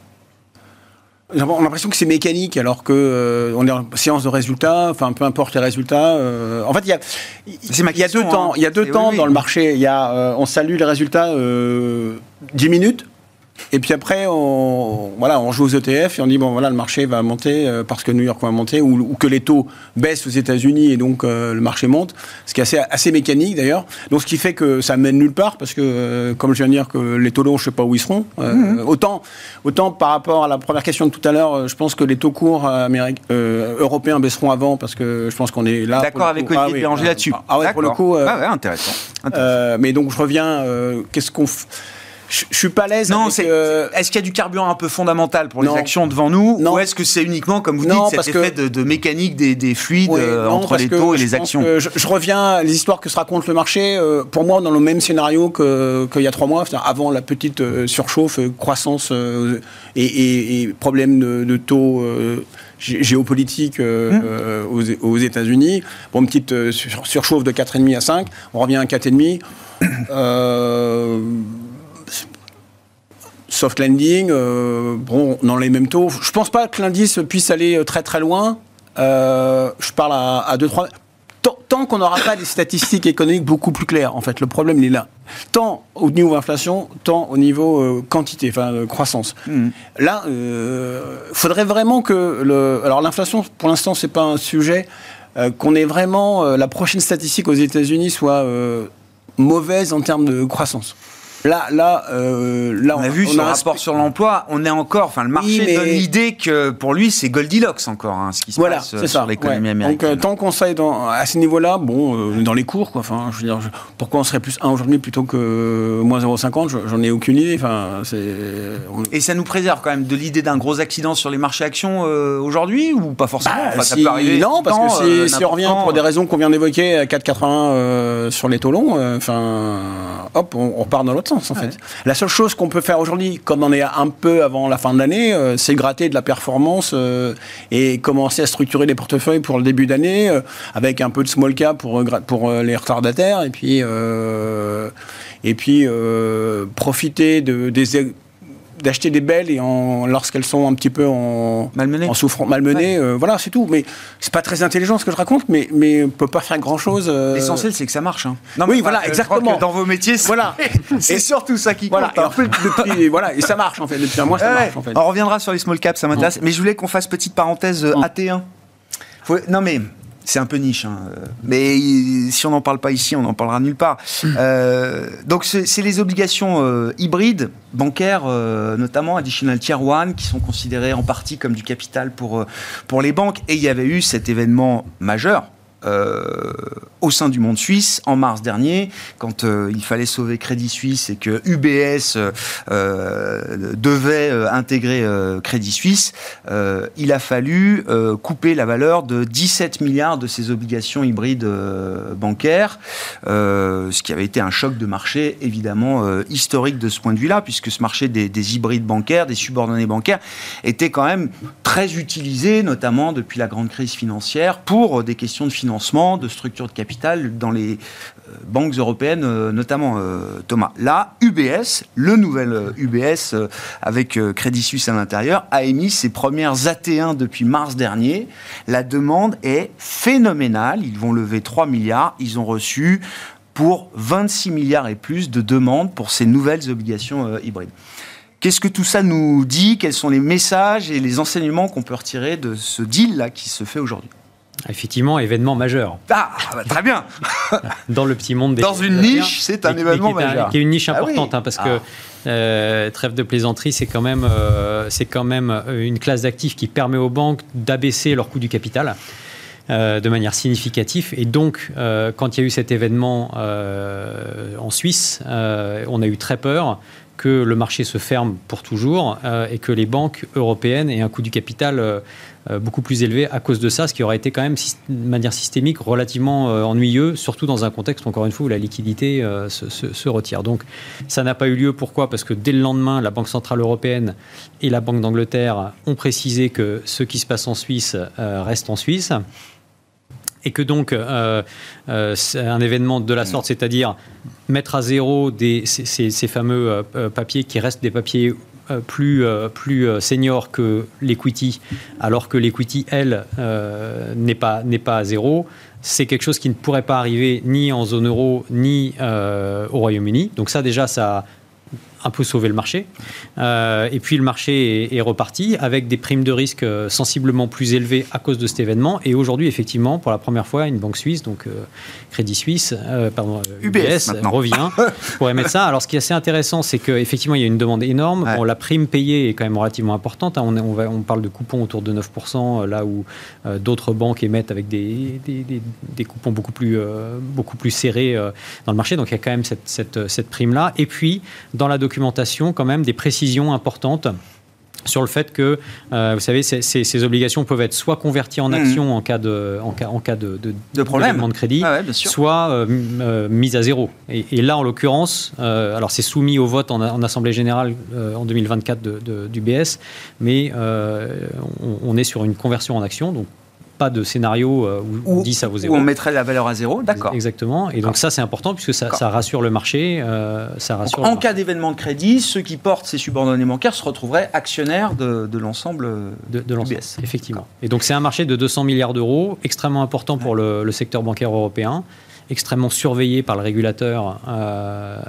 on a l'impression que c'est mécanique, alors que euh, on est en séance de résultats. Enfin, peu importe les résultats. Euh, en fait, il y a, il y a deux hein. temps. Il y a deux et temps oui, dans oui. le marché. Il y a, euh, on salue les résultats euh, dix minutes. Et puis après, on, voilà, on joue aux E T F et on dit bon voilà, le marché va monter euh, parce que New York va monter, ou, ou que les taux baissent aux États-Unis et donc euh, le marché monte, ce qui est assez, assez mécanique d'ailleurs. Donc ce qui fait que ça mène nulle part parce que euh, comme je viens de dire que les taux longs, je sais pas où ils seront. Euh, mmh. Autant, autant par rapport à la première question de tout à l'heure, je pense que les taux courts américains, euh, européens baisseront avant parce que je pense qu'on est là. D'accord avec Olivier ah, oui, Béranger euh, là-dessus. Ah ouais, D'accord. pour le coup. Euh, ah ouais, intéressant. intéressant. Euh, mais donc je reviens. Euh, qu'est-ce qu'on f... Je, je suis pas à l'aise. Non, avec, c'est, euh... est-ce qu'il y a du carburant un peu fondamental pour non. les actions devant nous, non. ou est-ce que c'est uniquement, comme vous non, dites, cet effet que... de, de mécanique des, des fluides oui, euh, non, entre les taux et les actions je, je reviens à les histoires que se raconte le marché. Euh, pour moi, dans le même scénario que, qu'il y a trois mois, avant la petite euh, surchauffe, euh, croissance euh, et, et, et problème de, de taux. Euh, géopolitique euh, mmh. euh, aux, aux États-Unis. Bon, une petite euh, sur, surchauffe de quatre virgule cinq à cinq. On revient à quatre virgule cinq. Euh, soft landing, euh, bon, dans les mêmes taux. Je pense pas que l'indice puisse aller très très loin. Euh, je parle à, à deux trois. Tant, tant qu'on n'aura pas des statistiques économiques beaucoup plus claires, en fait, le problème il est là. Tant au niveau inflation, tant au niveau euh, quantité, enfin euh, croissance. Mmh. Là, il euh, faudrait vraiment que le. Alors l'inflation, pour l'instant, c'est pas un sujet. Euh, qu'on ait vraiment euh, la prochaine statistique aux États-Unis soit euh, mauvaise en termes de croissance. Là, là, euh, là, on a vu on sur le rapport sp... sur l'emploi, on est encore, enfin, le marché oui, mais... donne l'idée que pour lui, c'est Goldilocks encore, hein, ce qui se voilà, passe c'est sur ça. l'économie ouais. américaine. Donc, euh, tant qu'on serait dans, à ce niveau-là, bon, euh, dans les cours, quoi. Enfin, je veux dire, je, pourquoi on serait plus un aujourd'hui plutôt que euh, moins zéro virgule cinquante, j'en ai aucune idée. Enfin, c'est. On... Et ça nous préserve quand même de l'idée d'un gros accident sur les marchés actions euh, aujourd'hui ou pas forcément bah, enfin, si... ça peut arriver. Non, parce temps, que si, euh, si on revient pour des raisons qu'on vient d'évoquer à quatre virgule quatre-vingts euh, sur les taux longs, enfin, euh, hop, on, on repart dans l'autre sens en ah, fait. Ouais. La seule chose qu'on peut faire aujourd'hui, comme on est un peu avant la fin de l'année, euh, c'est gratter de la performance euh, et commencer à structurer les portefeuilles pour le début d'année, euh, avec un peu de small cap pour, pour euh, les retardataires, et puis, euh, et puis euh, profiter de, des... d'acheter des belles et en, lorsqu'elles sont un petit peu en, malmenées. en souffrance, malmenées, ouais. euh, voilà, c'est tout. Mais c'est pas très intelligent ce que je raconte, mais, mais on peut pas faire grand-chose. Euh... L'essentiel, c'est que ça marche. Hein. Non, oui, voilà, euh, exactement. Dans vos métiers, c'est, voilà. c'est et, surtout ça qui voilà. compte. Hein. Et en fait, depuis, voilà, et ça marche, en fait. Depuis un mois, ça ouais. marche, en fait. On reviendra sur les small caps, ça m'intéresse. Mmh. Mais je voulais qu'on fasse petite parenthèse euh, mmh. A T un. Faut... Non, mais... C'est un peu niche, hein. Mais si on n'en parle pas ici, on n'en parlera nulle part. Euh, donc c'est, c'est les obligations euh, hybrides, bancaires euh, notamment, Additional Tier un, qui sont considérées en partie comme du capital pour, euh, pour les banques. Et il y avait eu cet événement majeur euh, au sein du monde suisse en mars dernier, quand euh, il fallait sauver Crédit Suisse et que U B S euh, devait euh, intégrer euh, Crédit Suisse, euh, il a fallu euh, couper la valeur de dix-sept milliards de ces obligations hybrides euh, bancaires, euh, ce qui avait été un choc de marché évidemment euh, historique de ce point de vue-là, puisque ce marché des, des hybrides bancaires, des subordonnés bancaires, était quand même très utilisé, notamment depuis la grande crise financière, pour des questions de financement, de structure de capital dans les euh, banques européennes, euh, notamment euh, Thomas. Là, U B S, le nouvel euh, U B S euh, avec euh, Crédit Suisse à l'intérieur, a émis ses premières A T un depuis mars dernier. La demande est phénoménale. Ils vont lever trois milliards. Ils ont reçu pour vingt-six milliards et plus de demandes pour ces nouvelles obligations euh, hybrides. Qu'est-ce que tout ça nous dit? Quels sont les messages et les enseignements qu'on peut retirer de ce deal-là qui se fait aujourd'hui? Effectivement, événement majeur. Ah, bah, très bien. Dans le petit monde des... Dans une niche, c'est un et, événement et qui est majeur. Un, qui est une niche importante, ah oui. hein, parce ah. que, euh, trêve de plaisanterie, c'est quand, même, euh, c'est quand même une classe d'actifs qui permet aux banques d'abaisser leur coût du capital. Euh, de manière significative. Et donc, euh, quand il y a eu cet événement euh, en Suisse, euh, on a eu très peur que le marché se ferme pour toujours euh, et que les banques européennes aient un coût du capital euh, beaucoup plus élevé à cause de ça, ce qui aurait été quand même de manière systémique relativement euh, ennuyeux, surtout dans un contexte, encore une fois, où la liquidité euh, se, se, se retire. Donc, ça n'a pas eu lieu. Pourquoi? Parce que dès le lendemain, la Banque Centrale Européenne et la Banque d'Angleterre ont précisé que ce qui se passe en Suisse euh, reste en Suisse. Et que donc, euh, euh, c'est un événement de la sorte, c'est-à-dire mettre à zéro des, ces, ces, ces fameux euh, papiers qui restent des papiers euh, plus, euh, plus seniors que l'equity, alors que l'equity, elle, euh, n'est pas, n'est pas à zéro. C'est quelque chose qui ne pourrait pas arriver ni en zone euro, ni euh, au Royaume-Uni. Donc ça, déjà, ça a un peu sauvé le marché. Euh, et puis le marché est, est reparti avec des primes de risque sensiblement plus élevées à cause de cet événement. Et aujourd'hui, effectivement, pour la première fois, une banque suisse, donc euh, Crédit Suisse, euh, pardon, U B S, U B S revient pour émettre ça. Alors, ce qui est assez intéressant, c'est qu'effectivement, il y a une demande énorme. Ouais. Bon, la prime payée est quand même relativement importante. Hein. On, on, va, on parle de coupons autour de neuf pour cent, là où euh, d'autres banques émettent avec des, des, des, des coupons beaucoup plus, euh, beaucoup plus serrés euh, dans le marché. Donc, il y a quand même cette, cette, cette prime-là. Et puis, dans la documentation, quand même, des précisions importantes sur le fait que, euh, vous savez, ces, ces, ces obligations peuvent être soit converties en actions mmh. en cas de, en cas, en cas de, de, de problème de crédit, ah ouais, soit euh, euh, mises à zéro. Et, et là, en l'occurrence, euh, alors c'est soumis au vote en, en Assemblée Générale euh, en deux mille vingt-quatre de, de, du B S, mais euh, on, on est sur une conversion en actions, donc pas de scénario euh, où, où dix ça vaut zéro. Où on mettrait la valeur à zéro, d'accord. Exactement. Et donc ça, c'est important puisque ça, ça rassure le marché. Euh, ça rassure donc, en marché. cas d'événement de crédit, ceux qui portent ces subordonnés bancaires se retrouveraient actionnaires de, de l'ensemble de, de l'ensemble. B S. Effectivement. Et donc c'est un marché de deux cents milliards d'euros, extrêmement important pour ouais. le, le secteur bancaire européen, extrêmement surveillé par le régulateur euh,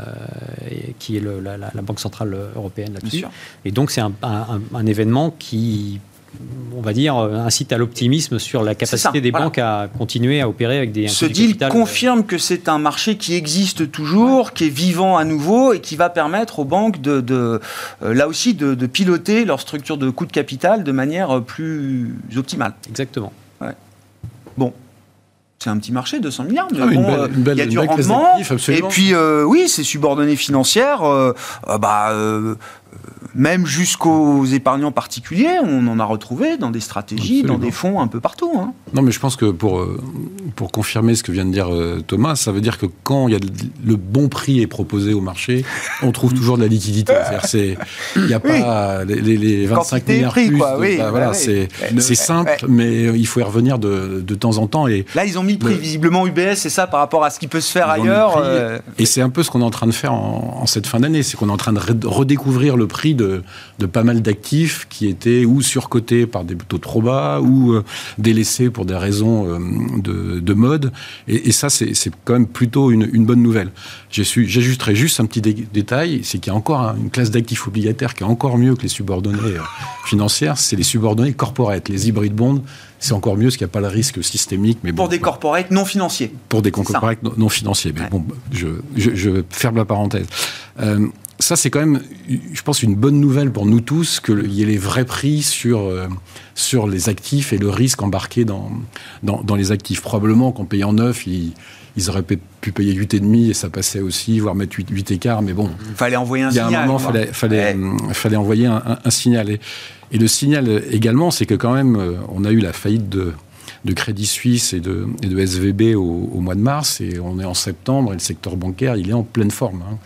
qui est le, la, la Banque Centrale Européenne là-dessus. Et donc c'est un, un, un événement qui, on va dire, incite à l'optimisme sur la capacité ça, des voilà. banques à continuer à opérer avec des... Ce deal confirme que c'est un marché qui existe toujours, ouais. qui est vivant à nouveau et qui va permettre aux banques, de, de, euh, là aussi, de, de piloter leur structure de coût de capital de manière plus optimale. Exactement. Ouais. Bon. C'est un petit marché, deux cents milliards, mais ah, bon, une belle, une belle, il y a du rendement. Et puis, euh, oui, ces subordonnées financières, euh, euh, bah, euh, même jusqu'aux épargnants particuliers, on en a retrouvé dans des stratégies, absolument. Dans des fonds un peu partout. Hein. Non, mais je pense que pour, pour confirmer ce que vient de dire Thomas, ça veut dire que quand il y a le bon prix est proposé au marché, on trouve toujours de la liquidité. C'est-à-dire, il n'y a pas oui. les, les vingt-cinq milliards prix, plus. Quoi, de, oui, bah, voilà, oui. c'est, ouais, c'est simple, ouais. mais il faut y revenir de, de temps en temps. Et là, ils ont mis le prix, le, visiblement U B S, c'est ça par rapport à ce qui peut se faire ailleurs. Euh... Et c'est un peu ce qu'on est en train de faire en, en cette fin d'année, c'est qu'on est en train de redécouvrir le prix de, de pas mal d'actifs qui étaient ou surcotés par des taux trop bas ou euh, délaissés pour des raisons euh, de, de mode. Et, et ça, c'est, c'est quand même plutôt une, une bonne nouvelle. J'ajusterai juste un petit dé- détail, c'est qu'il y a encore hein, une classe d'actifs obligataires qui est encore mieux que les subordonnées euh, financières, c'est les subordonnées corporate, les hybrides bonds. C'est encore mieux parce qu'il n'y a pas le risque systémique. Mais bon, pour des corporates non financiers. Pour des corporates non, non financiers. Mais ouais. bon, je, je, je ferme la parenthèse. Euh, ça, c'est quand même, je pense, une bonne nouvelle pour nous tous qu'il y ait les vrais prix sur, euh, sur les actifs et le risque embarqué dans, dans, dans les actifs. Probablement qu'en payant neuf, ils, ils auraient pu payer huit virgule cinq et ça passait aussi, voire mettre huit, huit écarts. Mais bon. Il fallait envoyer un signal. Il y a un moment, il fallait, fallait, ouais. fallait envoyer un, un, un signal. Et, et le signal également, c'est que quand même, on a eu la faillite de, de Crédit Suisse et de, et de S V B au, au mois de mars, et on est en septembre, et le secteur bancaire, il est en pleine forme. Hein. Mmh.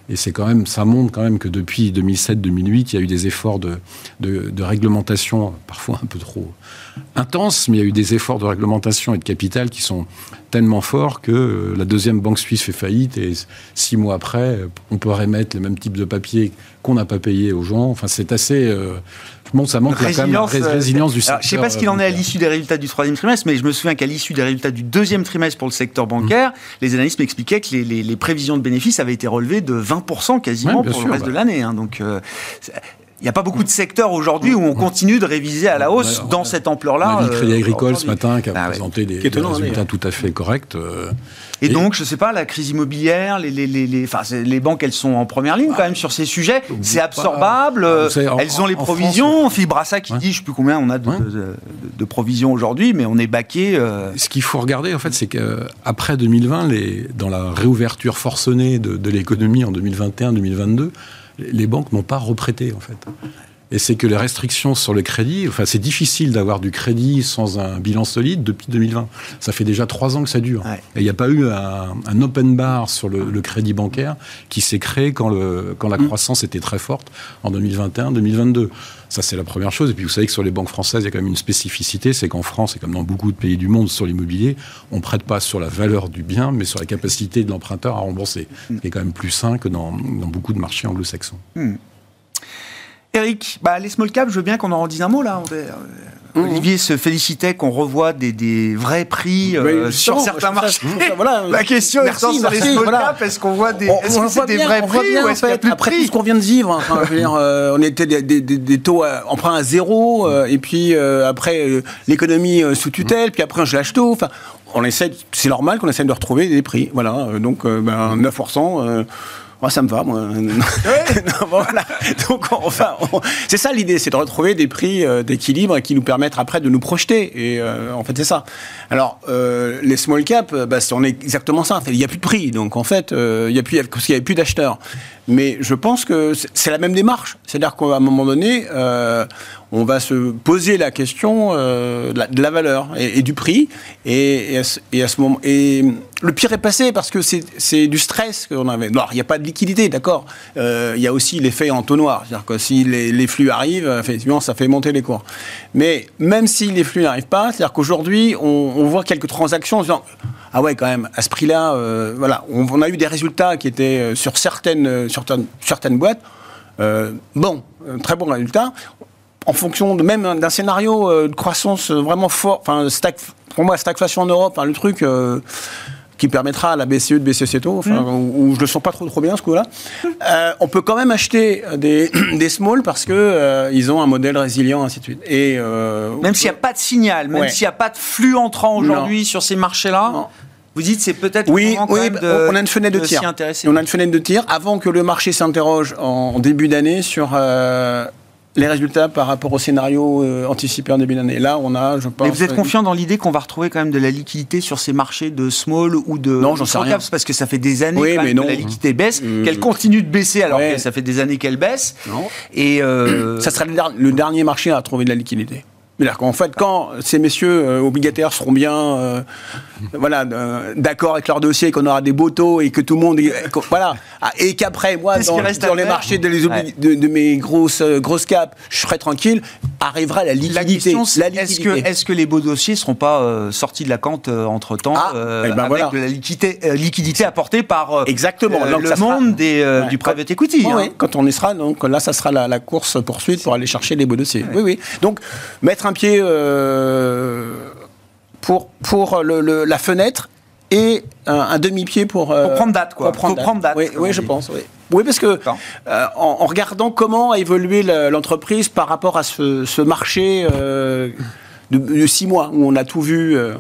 Et c'est quand même, ça montre quand même que depuis deux mille sept deux mille huit, il y a eu des efforts de, de, de réglementation, parfois un peu trop intenses, mais il y a eu des efforts de réglementation et de capital qui sont tellement forts que la deuxième banque suisse fait faillite et six mois après, on peut remettre le même type de papier qu'on n'a pas payé aux gens. Enfin, c'est assez... Euh, bon, ça manque là, quand même la rés- résilience du secteur. Alors, je ne sais pas ce qu'il en est à l'issue des résultats du troisième trimestre, mais je me souviens qu'à l'issue des résultats du deuxième trimestre pour le secteur bancaire, mmh. les analystes m'expliquaient que les, les, les prévisions de bénéfices avaient été relevées de vingt pour cent quasiment ouais, pour sûr, le reste bah. de l'année. Hein, donc... Euh, il n'y a pas beaucoup de secteurs aujourd'hui où on continue de réviser à la hausse ouais, dans ouais. cette ampleur-là. On a vu le Crédit Agricole euh, ce matin qui a bah, présenté ouais. des, des résultats tout à fait corrects. Euh, et, et donc, je ne sais pas, la crise immobilière, les, les, les, les, enfin, les banques, elles sont en première ligne quand même sur ces sujets. C'est absorbable. Pas, savez, en, elles ont les provisions. France, Philippe Brassac qui ouais. dit, je ne sais plus combien on a de, ouais. de, de, de provisions aujourd'hui, mais on est baqué. Euh... Ce qu'il faut regarder, en fait, c'est qu'après deux mille vingt, les, dans la réouverture forcenée de, de l'économie en deux mille vingt et un deux mille vingt-deux, les banques n'ont pas reprêté, en fait. Et c'est que les restrictions sur le crédit, enfin, c'est difficile d'avoir du crédit sans un bilan solide depuis deux mille vingt. Ça fait déjà trois ans que ça dure. Ouais. Et il n'y a pas eu un, un open bar sur le, le crédit bancaire qui s'est créé quand, le, quand la mmh. croissance était très forte en deux mille vingt et un deux mille vingt-deux. Ça, c'est la première chose. Et puis, vous savez que sur les banques françaises, il y a quand même une spécificité, c'est qu'en France, et comme dans beaucoup de pays du monde, sur l'immobilier, on ne prête pas sur la valeur du bien, mais sur la capacité de l'emprunteur à rembourser, mmh. ce qui est quand même plus sain que dans, dans beaucoup de marchés anglo-saxons. Mmh. Eric, bah, les small caps, je veux bien qu'on en dise un mot là. On est, euh, mmh. Olivier se félicitait qu'on revoie des, des vrais prix euh, oui, sur certains marchés. Ça, voilà. La question est sur les small voilà. caps, est-ce qu'on voit des, on, est-ce on que c'est des bien, vrais prix bien, ou est-ce qu'il y a plus de après prix tout ce qu'on vient de vivre, enfin, je veux dire, euh, on était des, des, des, des taux à, emprunts à zéro, euh, et puis euh, après euh, l'économie euh, sous tutelle, mmh. puis après je lâche tout. Enfin, on essaie, c'est normal qu'on essaie de retrouver des prix. Voilà, euh, donc euh, ben, neuf pour cent. Euh, Moi, ça me va, moi. Oui. non, voilà. Donc, enfin, on... c'est ça l'idée, c'est de retrouver des prix euh, d'équilibre qui nous permettent après de nous projeter. Et euh, en fait, c'est ça. Alors, euh, les small caps, bah, on est exactement ça. Il n'y a plus de prix. Donc, en fait, euh, il n'y a plus, parce qu'il n'y avait plus d'acheteurs. Mais je pense que c'est la même démarche. C'est-à-dire qu'à un moment donné, euh, on va se poser la question euh, de, la, de la valeur et, et du prix. Et, et, à ce, et à ce moment, et le pire est passé parce que c'est, c'est du stress qu'on avait. Alors, il n'y a pas de liquidité, d'accord. Euh, il y a aussi l'effet entonnoir. C'est-à-dire que si les, les flux arrivent, effectivement, ça fait monter les cours. Mais même si les flux n'arrivent pas, c'est-à-dire qu'aujourd'hui, on, on voit quelques transactions en disant « Ah ouais, quand même, à ce prix-là, euh, voilà, on, on a eu des résultats qui étaient sur certaines, sur certaines, certaines boîtes. Euh, bon, très bons résultats. En fonction de même d'un scénario euh, de croissance vraiment fort, enfin, stag, pour moi, stagflation en Europe, hein, le truc euh, qui permettra à la B C E de baisser ses taux, enfin, mmh. où, où je le sens pas trop trop bien ce coup-là. Euh, on peut quand même acheter des, des small parce que euh, ils ont un modèle résilient, ainsi de suite. Et euh, même s'il n'y a pas de signal, même ouais. s'il n'y a pas de flux entrant aujourd'hui non. sur ces marchés-là. Non. Vous dites c'est peut-être oui, le moment oui, quand même de, on a une fenêtre de, de tir. s'y intéresser. On a une fenêtre de tir avant que le marché s'interroge en début d'année sur euh, les résultats par rapport au scénario euh, anticipé en début d'année. Là, on a, je pense. Mais vous êtes confiant dans l'idée qu'on va retrouver quand même de la liquidité sur ces marchés de small ou de non, j'en sais rien. Parce que ça fait des années oui, quand mais même non. que la liquidité baisse, mmh. qu'elle continue de baisser alors ouais. que ça fait des années qu'elle baisse. Non. Et euh... ça sera le, der- le dernier marché à trouver de la liquidité. C'est-à-dire qu'en fait, quand ces messieurs euh, obligataires seront bien euh, voilà, euh, d'accord avec leur dossier, qu'on aura des beaux taux et que tout le monde... Est, voilà, et qu'après, moi, dans, dans les marchés de, les obli- ouais. de, de mes grosses, euh, grosses caps, je serai tranquille, arrivera la liquidité. La question, c'est, la liquidité. Est-ce, que, est-ce que les beaux dossiers ne seront pas euh, sortis de la cante euh, entre-temps ah, euh, ben avec voilà. de la liquidité, euh, liquidité apportée par euh, Exactement. Euh, donc le ça monde sera, des, euh, ouais, du quand, private equity. Oh, hein. oui, quand on y sera, donc là, ça sera la, la course poursuite pour aller chercher les beaux dossiers. Ouais. Oui, oui. Donc, mettre un pied... Euh, pour, pour le, le, la fenêtre et un, un demi-pied pour... Euh, pour prendre date, quoi. Pour prendre Faut date. prendre date. Oui, oui je pense. Oui, oui parce que euh, en, en regardant comment a évolué la, l'entreprise par rapport à ce, ce marché euh, de, de six mois, où on a tout vu... Euh...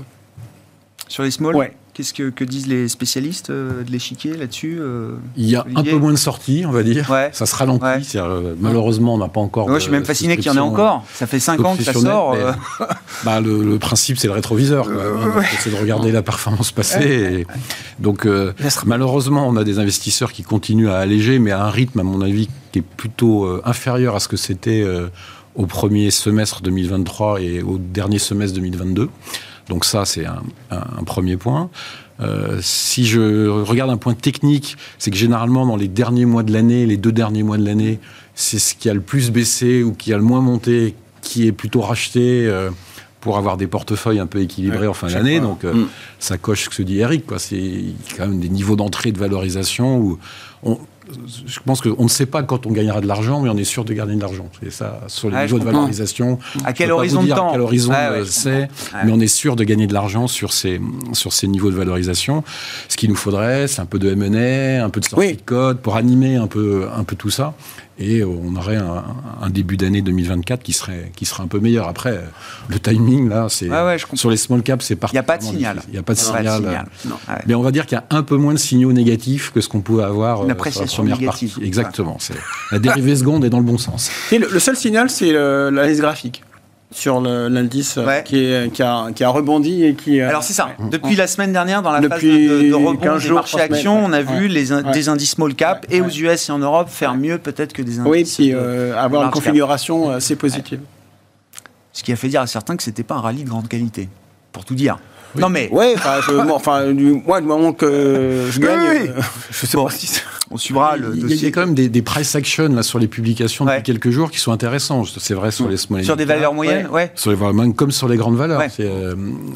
Sur les small ouais. Qu'est-ce que, que disent les spécialistes euh, de l'échiquier là-dessus euh, Il y a Olivier un peu moins de sorties, on va dire. Ouais. Ça se ralentit. Ouais. Euh, malheureusement, on n'a pas encore. Moi, je suis même fasciné qu'il y en ait encore. Ça fait cinq ans que ça sort. Euh... bah, le, le principe, c'est le rétroviseur. Quoi. Euh, ouais. C'est de regarder la performance passée. Ouais. Et... Donc, euh, malheureusement, on a des investisseurs qui continuent à alléger, mais à un rythme, à mon avis, qui est plutôt euh, inférieur à ce que c'était euh, au premier semestre deux mille vingt-trois et au dernier semestre deux mille vingt-deux. Donc ça, c'est un, un, un premier point. Euh, si je regarde un point technique, c'est que généralement, dans les derniers mois de l'année, les deux derniers mois de l'année, c'est ce qui a le plus baissé ou qui a le moins monté, qui est plutôt racheté euh, pour avoir des portefeuilles un peu équilibrés ouais, en fin d'année. Donc, euh, mmh. ça coche ce que dit Eric, quoi. C'est quand même des niveaux d'entrée de valorisation où on... Je pense qu'on ne sait pas quand on gagnera de l'argent, mais on est sûr de gagner de l'argent. C'est ça, sur les ah, niveaux de valorisation. À quel horizon de temps ? À quel horizon ah, ouais, c'est, ah, mais on est sûr de gagner de l'argent sur ces, sur ces niveaux de valorisation. Ce qu'il nous faudrait, c'est un peu de M and A, un peu de sortie oui. de code, pour animer un peu, un peu tout ça. Et on aurait un, un début d'année deux mille vingt-quatre qui serait, qui serait un peu meilleur. Après, le timing, là, c'est ah ouais, sur les small caps, c'est parti. Il n'y a pas de signal. Il n'y a pas de non, signal. signal. Non, ouais. Mais on va dire qu'il y a un peu moins de signaux négatifs que ce qu'on pouvait avoir Une euh, sur la première négative. partie. Exactement. Ouais. C'est, la dérivée seconde est dans le bon sens. Et le, le seul signal, c'est le, l'analyse graphique sur le, l'indice ouais. qui, est, qui, a, qui a rebondi et qui... Alors c'est ça, ouais. depuis la semaine dernière, dans la Depuis phase de, de rebond des marchés actions, on a vu ouais. les in, ouais. des indices small cap ouais. et aux U S et en Europe faire mieux peut-être que des indices... Oui, puis euh, avoir une configuration cap. assez positive. Ouais. Ce qui a fait dire à certains que c'était pas un rallye de grande qualité, pour tout dire. Oui. Non mais... Ouais, enfin, du, moi, du moment que je gagne, oui, oui. Euh, je sais bon. pas si... Ça... On suivra le il dossier. Il y a quand même des, des price action là, sur les publications ouais. depuis quelques jours qui sont intéressants. C'est vrai sur les small Sur des valeurs moyennes, ouais. ouais. Sur les valeurs moyennes, comme sur les grandes valeurs. Ouais. C'est, euh,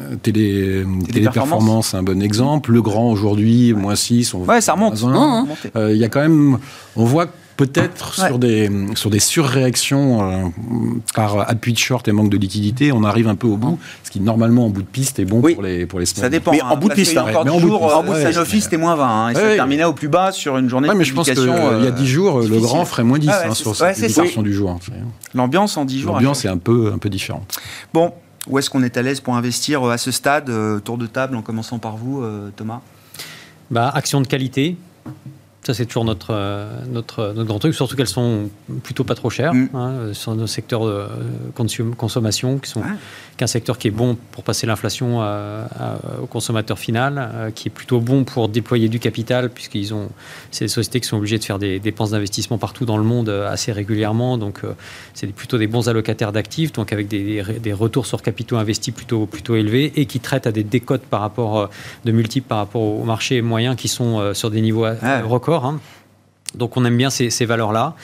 télé, Téléperformance, c'est un bon exemple. Le Grand, aujourd'hui, moins six. Ouais, ça remonte. Il hein. euh, y a quand même... On voit peut-être ouais. sur, des, sur des surréactions euh, par appui de short et manque de liquidité, on arrive un peu au bout, ce qui normalement en bout de piste est bon oui. pour les pour les small. Ça dépend. Mais hein, en bout de piste, encore ouais, toujours, en bout de piste, Sanofi c'était moins vingt, hein, et ouais, ça ouais. terminait au plus bas sur une journée ouais, de mais je pense qu'il euh, y a dix jours, difficile. Le Grand ferait moins dix ah ouais, hein, sur cette publication du jour. L'ambiance en dix jours. L'ambiance est un peu, un peu différente. Bon, où est-ce qu'on est à l'aise pour investir à ce stade ? Tour de table, en commençant par vous, Thomas. Bah, action de qualité. Ça, c'est toujours notre, euh, notre, notre grand truc, surtout qu'elles sont plutôt pas trop chères, mmh. hein, sur nos secteurs de consum- consommation, qui sont ah. qu'un secteur qui est bon pour passer l'inflation à, à, au consommateur final, euh, qui est plutôt bon pour déployer du capital, puisqu'ils ont, c'est des sociétés qui sont obligées de faire des dépenses d'investissement partout dans le monde assez régulièrement, donc euh, c'est plutôt des bons allocataires d'actifs, donc avec des, des, des retours sur capitaux investis plutôt, plutôt élevés, et qui traitent à des décotes par rapport, euh, de multiples par rapport au marché moyen, qui sont euh, sur des niveaux ah. records. Hein. Donc on aime bien ces, ces valeurs-là.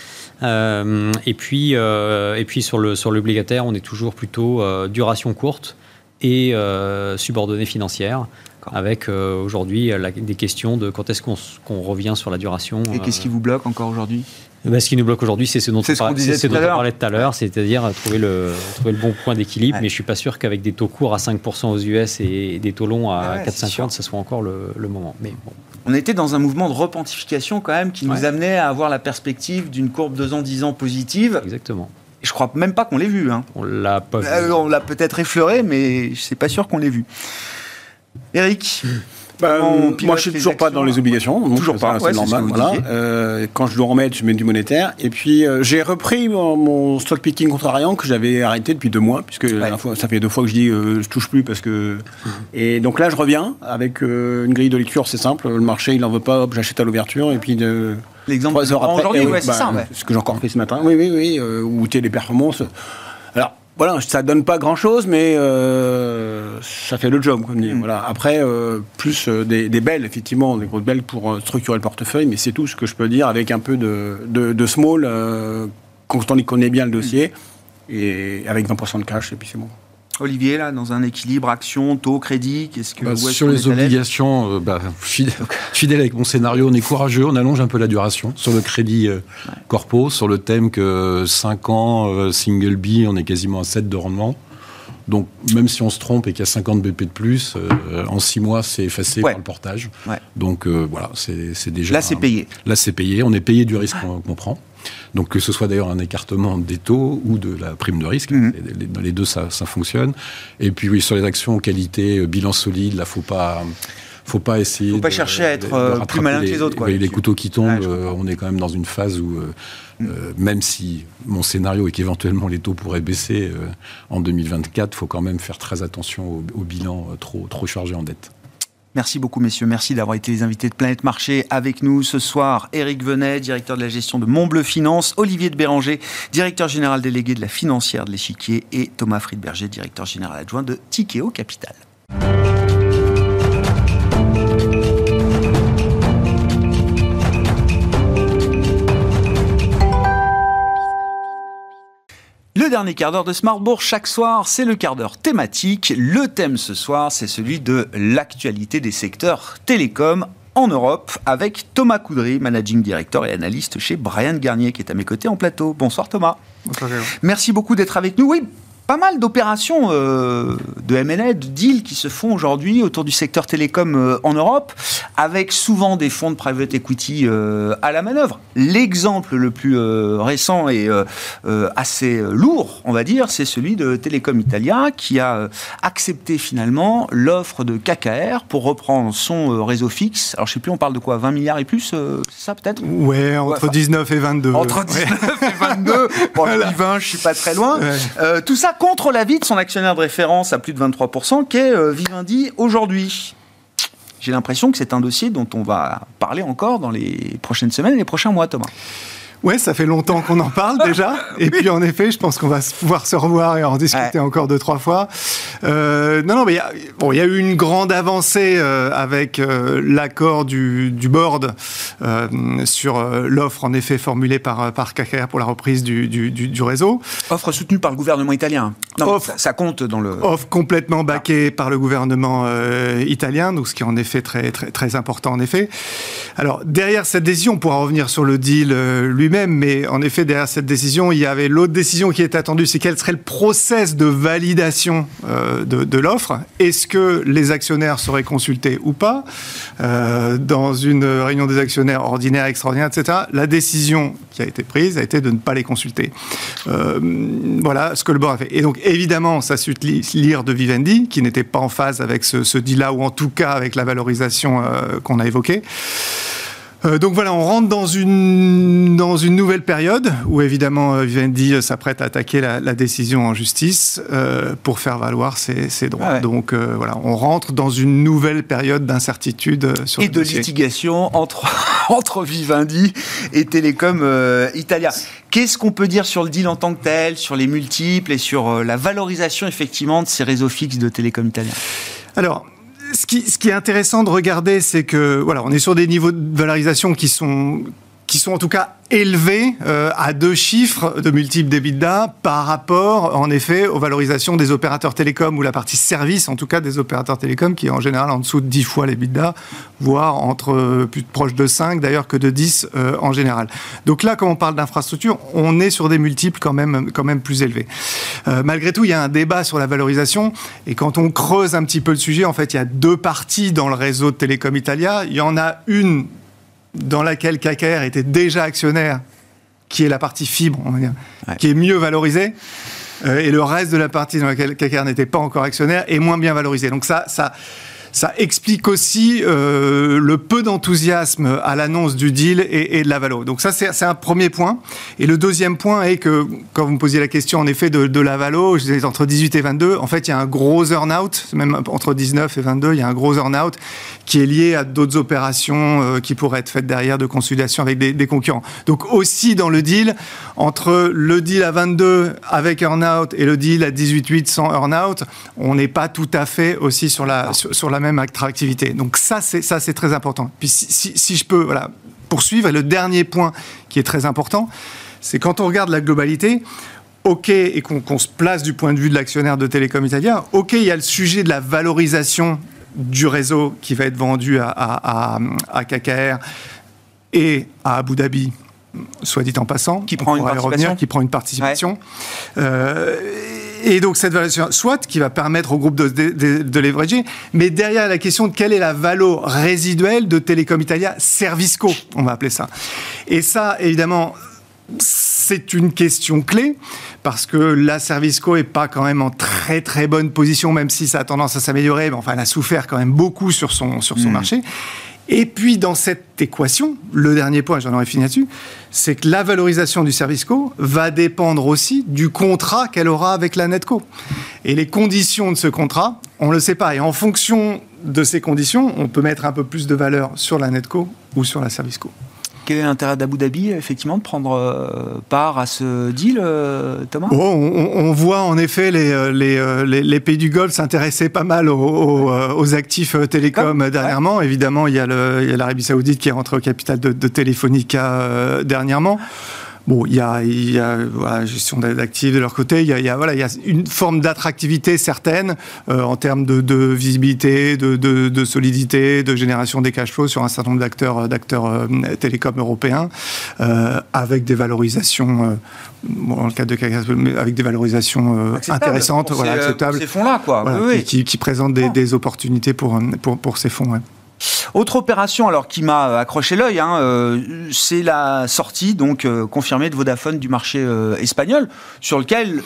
Euh, et puis, euh, et puis sur, le, sur l'obligataire, on est toujours plutôt euh, duration courte et euh, subordonnée financière, avec euh, aujourd'hui la, des questions de quand est-ce qu'on, qu'on revient sur la duration. Et euh, qu'est-ce qui vous bloque encore aujourd'hui ? Ben, ce qui nous bloque aujourd'hui, c'est ce dont c'est on, ce c'est, c'est dont on parlait tout à l'heure, c'est-à-dire trouver le, trouver le bon point d'équilibre. Ouais. Mais je ne suis pas sûr qu'avec des taux courts à cinq pour cent aux U S et des taux longs à ouais, quatre virgule cinquante, ce soit encore le, le moment. Mais bon. On était dans un mouvement de repentification quand même qui nous ouais. amenait à avoir la perspective d'une courbe deux ans, dix ans positive. Exactement. Et je ne crois même pas qu'on l'ait vu. Hein. On l'a pas vu. Euh, on l'a peut-être effleuré, mais je ne suis pas sûr qu'on l'ait vu. Eric Ben, moi, je ne suis toujours pas dans les obligations. Donc toujours pas, c'est ouais, normal. C'est voilà. euh, quand je dois remettre, je mets du monétaire. Et puis, euh, j'ai repris mon, mon stock picking contrariant que j'avais arrêté depuis deux mois, puisque ouais. la fois, ça fait deux fois que je dis euh, je touche plus parce que. Mmh. Et donc là, je reviens avec euh, une grille de lecture, c'est simple. Le marché, il n'en veut pas. Hop, j'achète à l'ouverture et puis de. L'exemple trois heures après. Aujourd'hui, eh, ouais, bah, c'est ça. Ouais. Ce que j'ai encore fait ce matin. Oui, oui, oui. Euh, ou Téléperformance. Alors. Voilà, ça donne pas grand-chose, mais euh, ça fait le job, comme dit. Mmh. Voilà. Après, euh, plus euh, des, des belles, effectivement, des grosses belles pour euh, structurer le portefeuille, mais c'est tout ce que je peux dire avec un peu de, de, de small, euh, quand on connaît bien le dossier, mmh. et avec vingt pour cent de cash, et puis c'est bon. Olivier, là, dans un équilibre action, taux, crédit, qu'est-ce que bah, est-ce sur les obligations, euh, bah, fidèle, fidèle avec mon scénario, on est courageux, on allonge un peu la duration sur le crédit euh, ouais. corpo, sur le thème que cinq ans, euh, single B, on est quasiment à sept de rendement. Donc, même si on se trompe et qu'il y a cinquante B P de plus, euh, en six mois, c'est effacé ouais. par le portage. Ouais. Donc, euh, voilà, c'est, c'est déjà... Là, c'est un, payé. Là, c'est payé. On est payé du risque qu'on, qu'on prend. Donc, que ce soit d'ailleurs un écartement des taux ou de la prime de risque. Mmh. Les, les, les deux, ça, ça fonctionne. Et puis, oui, sur les actions qualité, bilan solide, là, il ne faut pas... faut pas essayer... Il ne faut pas de, chercher à être de, de plus malin les, que les autres. Quoi, les, les couteaux qui tombent, ouais, euh, on est quand même dans une phase où... Euh, Euh, même si mon scénario est qu'éventuellement les taux pourraient baisser euh, en deux mille vingt-quatre, il faut quand même faire très attention au, au bilan euh, trop, trop chargé en dette. Merci beaucoup, messieurs. Merci d'avoir été les invités de Planète Marché avec nous ce soir. Éric Venet, directeur de la gestion de Montbleu Finance, Olivier de Béranger, directeur général délégué de la financière de l'Échiquier, et Thomas Friedberger, directeur général adjoint de Tikeo Capital. Le dernier quart d'heure de Smart Bourse chaque soir, c'est le quart d'heure thématique. Le thème ce soir, c'est celui de l'actualité des secteurs télécoms en Europe, avec Thomas Coudry, Managing Director et analyste chez Bryan Garnier, qui est à mes côtés en plateau. Bonsoir Thomas. Bonsoir. Merci beaucoup d'être avec nous. Oui, pas mal d'opérations euh, de M and A, de deals qui se font aujourd'hui autour du secteur télécom euh, en Europe, avec souvent des fonds de private equity euh, à la manœuvre. L'exemple le plus euh, récent et euh, euh, assez lourd, on va dire, c'est celui de Telecom Italia, qui a euh, accepté finalement l'offre de K K R pour reprendre son euh, réseau fixe. Alors je ne sais plus, on parle de quoi, vingt milliards et plus, euh, c'est ça peut-être ? Ouais, entre ouais, dix-neuf et vingt-deux. Entre dix-neuf ouais. et vingt-deux. Bon, je dis vingt, je ne suis pas très loin. Ouais. Euh, tout ça contre l'avis de son actionnaire de référence à plus de vingt-trois pour cent, qu'est euh, Vivendi aujourd'hui. J'ai l'impression que c'est un dossier dont on va parler encore dans les prochaines semaines et les prochains mois, Thomas. Ouais, ça fait longtemps qu'on en parle déjà. Et oui. puis, en effet, je pense qu'on va pouvoir se revoir et en discuter ouais. encore deux, trois fois. Euh, non, non, mais il y a, bon, il y a eu une grande avancée euh, avec euh, l'accord du, du board euh, sur euh, l'offre, en effet, formulée par, par K K R pour la reprise du, du, du, du réseau. Offre soutenue par le gouvernement italien. Non, offre, ça, ça compte dans le... Offre complètement backée ah. par le gouvernement euh, italien, donc ce qui est en effet très, très, très important, en effet. Alors, derrière cette décision, on pourra revenir sur le deal euh, lui même, mais en effet, derrière cette décision, il y avait l'autre décision qui était attendue, c'est quel serait le process de validation euh, de, de l'offre. Est-ce que les actionnaires seraient consultés ou pas euh, dans une réunion des actionnaires ordinaire, extraordinaire, et cetera. La décision qui a été prise a été de ne pas les consulter. Euh, voilà ce que le board a fait. Et donc, évidemment, ça suit lire de Vivendi, qui n'était pas en phase avec ce, ce deal-là, ou en tout cas avec la valorisation euh, qu'on a évoquée. Euh, donc voilà, on rentre dans une, dans une nouvelle période où évidemment euh, Vivendi s'apprête à attaquer la, la décision en justice euh, pour faire valoir ses, ses droits. Ah ouais. Donc euh, voilà, on rentre dans une nouvelle période d'incertitude euh, sur et le de dossier. litigation entre, entre Vivendi et Telecom euh, Italia. Qu'est-ce qu'on peut dire sur le deal en tant que tel, sur les multiples et sur euh, la valorisation effectivement de ces réseaux fixes de Telecom Italia ? Alors, Ce qui, ce qui est intéressant de regarder, c'est que voilà, on est sur des niveaux de valorisation qui sont, qui sont en tout cas élevés euh, à deux chiffres de multiples d'EBITDA par rapport, en effet, aux valorisations des opérateurs télécoms ou la partie service, en tout cas des opérateurs télécoms, qui est en général en dessous de dix fois l'EBITDA, voire entre euh, plus proche de cinq d'ailleurs que de dix euh, en général. Donc là, quand on parle d'infrastructure, on est sur des multiples quand même, quand même plus élevés. Euh, malgré tout, il y a un débat sur la valorisation, et quand on creuse un petit peu le sujet, en fait, il y a deux parties dans le réseau de Telecom Italia. Il y en a une dans laquelle K K R était déjà actionnaire, qui est la partie fibre, on va dire, ouais. qui est mieux valorisée, euh, et le reste de la partie dans laquelle K K R n'était pas encore actionnaire est moins bien valorisé. Donc ça, ça, ça explique aussi euh, le peu d'enthousiasme à l'annonce du deal et, et de la valo. Donc ça, c'est, c'est un premier point. Et le deuxième point est que, quand vous me posiez la question, en effet, de, de la valo, je disais entre dix-huit et vingt-deux, en fait, il y a un gros earn-out, même entre dix-neuf et vingt-deux, il y a un gros earn-out qui est lié à d'autres opérations euh, qui pourraient être faites derrière de consolidation avec des, des concurrents. Donc aussi dans le deal, entre le deal à vingt-deux avec earn-out et le deal à dix-huit virgule huit sans earn-out, on n'est pas tout à fait aussi sur la, sur, sur la même attractivité. Donc ça, c'est, ça, c'est très important. Puis si, si, si je peux voilà, poursuivre, et le dernier point qui est très important, c'est quand on regarde la globalité, OK, et qu'on, qu'on se place du point de vue de l'actionnaire de Telecom Italia, OK, il y a le sujet de la valorisation du réseau qui va être vendu à, à, à, à K K R et à Abu Dhabi, soit dit en passant, qui prend une participation, revenir, qui prend une participation. Ouais. Euh, et donc cette valorisation, soit qui va permettre au groupe de, de, de, de leverager, mais derrière la question de quelle est la valo résiduelle de Telecom Italia Servisco, on va appeler ça. Et ça, évidemment, c'est une question clé, parce que la Servisco n'est pas quand même en très très bonne position, même si ça a tendance à s'améliorer, mais enfin elle a souffert quand même beaucoup sur son, sur son mmh. marché. Et puis dans cette équation, le dernier point, j'en aurais fini là-dessus, c'est que la valorisation du Servisco va dépendre aussi du contrat qu'elle aura avec la NetCo. Et les conditions de ce contrat, on ne le sait pas. Et en fonction de ces conditions, on peut mettre un peu plus de valeur sur la NetCo ou sur la Servisco. Quel est l'intérêt d'Abu Dhabi, effectivement, de prendre euh, part à ce deal, euh, Thomas ? oh, on, on voit en effet les, les, les, les pays du Golfe s'intéresser pas mal aux, aux, aux actifs télécoms ah, dernièrement. Ouais. Évidemment, il y a, le, il y a l'Arabie Saoudite qui est rentrée au capital de, de Telefonica euh, dernièrement. Bon, il y a, il y a voilà, gestion d'actifs de leur côté, il y a, il y a, voilà, il y a une forme d'attractivité certaine euh, en termes de, de visibilité, de, de, de solidité, de génération des cash flows sur un certain nombre d'acteurs, d'acteurs euh, télécoms européens, euh, avec des valorisations, euh, bon, dans le cadre de Cagas, avec des valorisations euh, intéressantes, voilà, ces, acceptables. Pour ces fonds-là, quoi. Voilà, oui, qui, qui, qui présentent des, des opportunités pour, pour, pour ces fonds, ouais. Autre opération alors qui m'a accroché l'œil, hein, euh, c'est la sortie donc euh, confirmée de Vodafone du marché euh, espagnol, sur lequel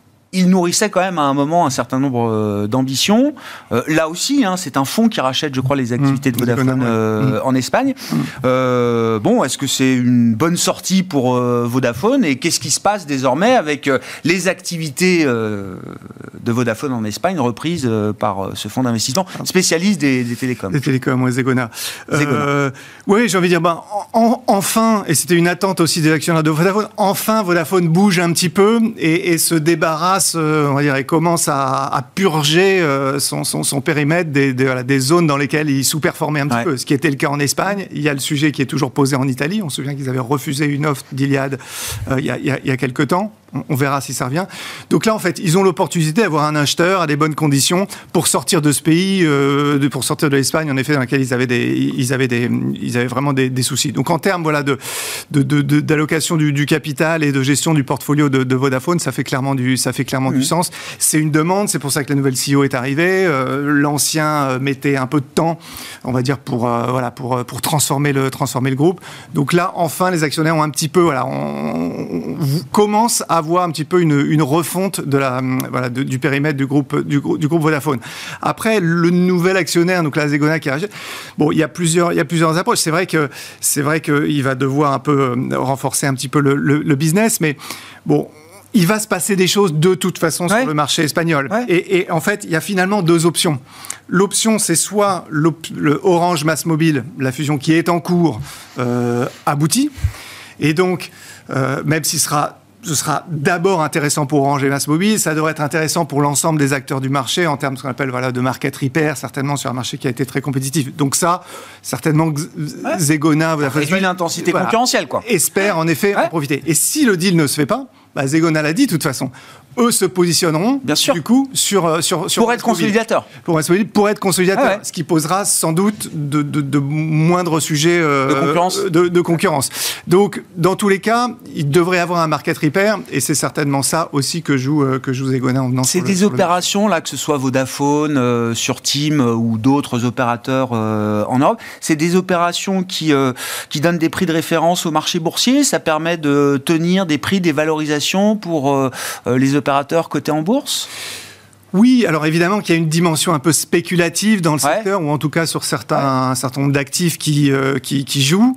il nourrissait quand même à un moment un certain nombre euh, d'ambitions. Euh, là aussi, hein, c'est un fonds qui rachète, je crois, les activités mmh, de Vodafone euh, mmh. en Espagne. Mmh. Euh, bon, est-ce que c'est une bonne sortie pour euh, Vodafone, et qu'est-ce qui se passe désormais avec euh, les activités euh, de Vodafone en Espagne reprises euh, par euh, ce fonds d'investissement spécialiste des, des télécoms? Des télécoms, ouais, Zegona. Zegona. Euh, oui, j'ai envie de dire, ben, en, enfin, et c'était une attente aussi des actionnaires de Vodafone, enfin Vodafone bouge un petit peu et, et se débarrasse, on va dire, et commence à, à purger euh, son, son, son périmètre des, des, voilà, des zones dans lesquelles il sous-performait un petit ouais. peu, ce qui était le cas en Espagne. Il y a le sujet qui est toujours posé en Italie. On se souvient qu'ils avaient refusé une offre d'Iliad euh, il, y a, il, y a, il y a quelques temps. On verra si ça revient. Donc là, en fait, ils ont l'opportunité d'avoir un acheteur à des bonnes conditions pour sortir de ce pays, euh, pour sortir de l'Espagne, en effet, dans laquelle ils avaient des, ils avaient des, ils avaient vraiment des, des soucis. Donc en termes, voilà, de, de, de, de d'allocation du, du capital et de gestion du portfolio de, de Vodafone, ça fait clairement du, ça fait clairement mmh. du sens. C'est une demande. C'est pour ça que la nouvelle C E O est arrivée. Euh, l'ancien mettait un peu de temps, on va dire, pour, euh, voilà, pour, pour transformer le, transformer le groupe. Donc là, enfin, les actionnaires ont un petit peu, voilà, on, on commence à avoir un petit peu une, une refonte de la, voilà, de, du périmètre du groupe, du, du groupe Vodafone. Après, le nouvel actionnaire, donc la Zegona qui rachète, bon, il y a plusieurs, il y a plusieurs approches. C'est vrai que, c'est vrai qu'il va devoir un peu renforcer un petit peu le, le, le business, mais bon, il va se passer des choses de toute façon ouais. sur le marché espagnol. Ouais. Et, et en fait, il y a finalement deux options. L'option, c'est soit le Orange Mass Mobile, la fusion qui est en cours, euh, aboutit. Et donc, euh, même s'il sera ce sera d'abord intéressant pour Orange et Mass Mobile, ça devrait être intéressant pour l'ensemble des acteurs du marché en termes de ce qu'on appelle voilà, de market repair, certainement sur un marché qui a été très compétitif. Donc ça, certainement, ouais. Zegona... Réduit l'intensité voilà, concurrentielle, quoi. Espère en effet ouais. en profiter. Et si le deal ne se fait pas, bah, Zegona l'a dit de toute façon, eux se positionneront, bien sûr, du coup, sur... sur, sur pour être consolidateur. Pour, pour être consolidateur, ah ouais. ce qui posera sans doute de, de, de moindres sujets euh, de, concurrence. De, de concurrence. Donc, dans tous les cas, il devrait avoir un market repair, et c'est certainement ça aussi que joue, euh, que joue Zegona en venant C'est sur des le, opérations, là, que ce soit Vodafone, euh, sur Team euh, ou d'autres opérateurs euh, en Europe, c'est des opérations qui, euh, qui donnent des prix de référence au marché boursier, ça permet de tenir des prix, des valorisations pour euh, les opérateurs opérateurs cotés en bourse? Oui, alors évidemment qu'il y a une dimension un peu spéculative dans le ouais. secteur, ou en tout cas sur certains, ouais. un certain nombre d'actifs qui, euh, qui, qui jouent.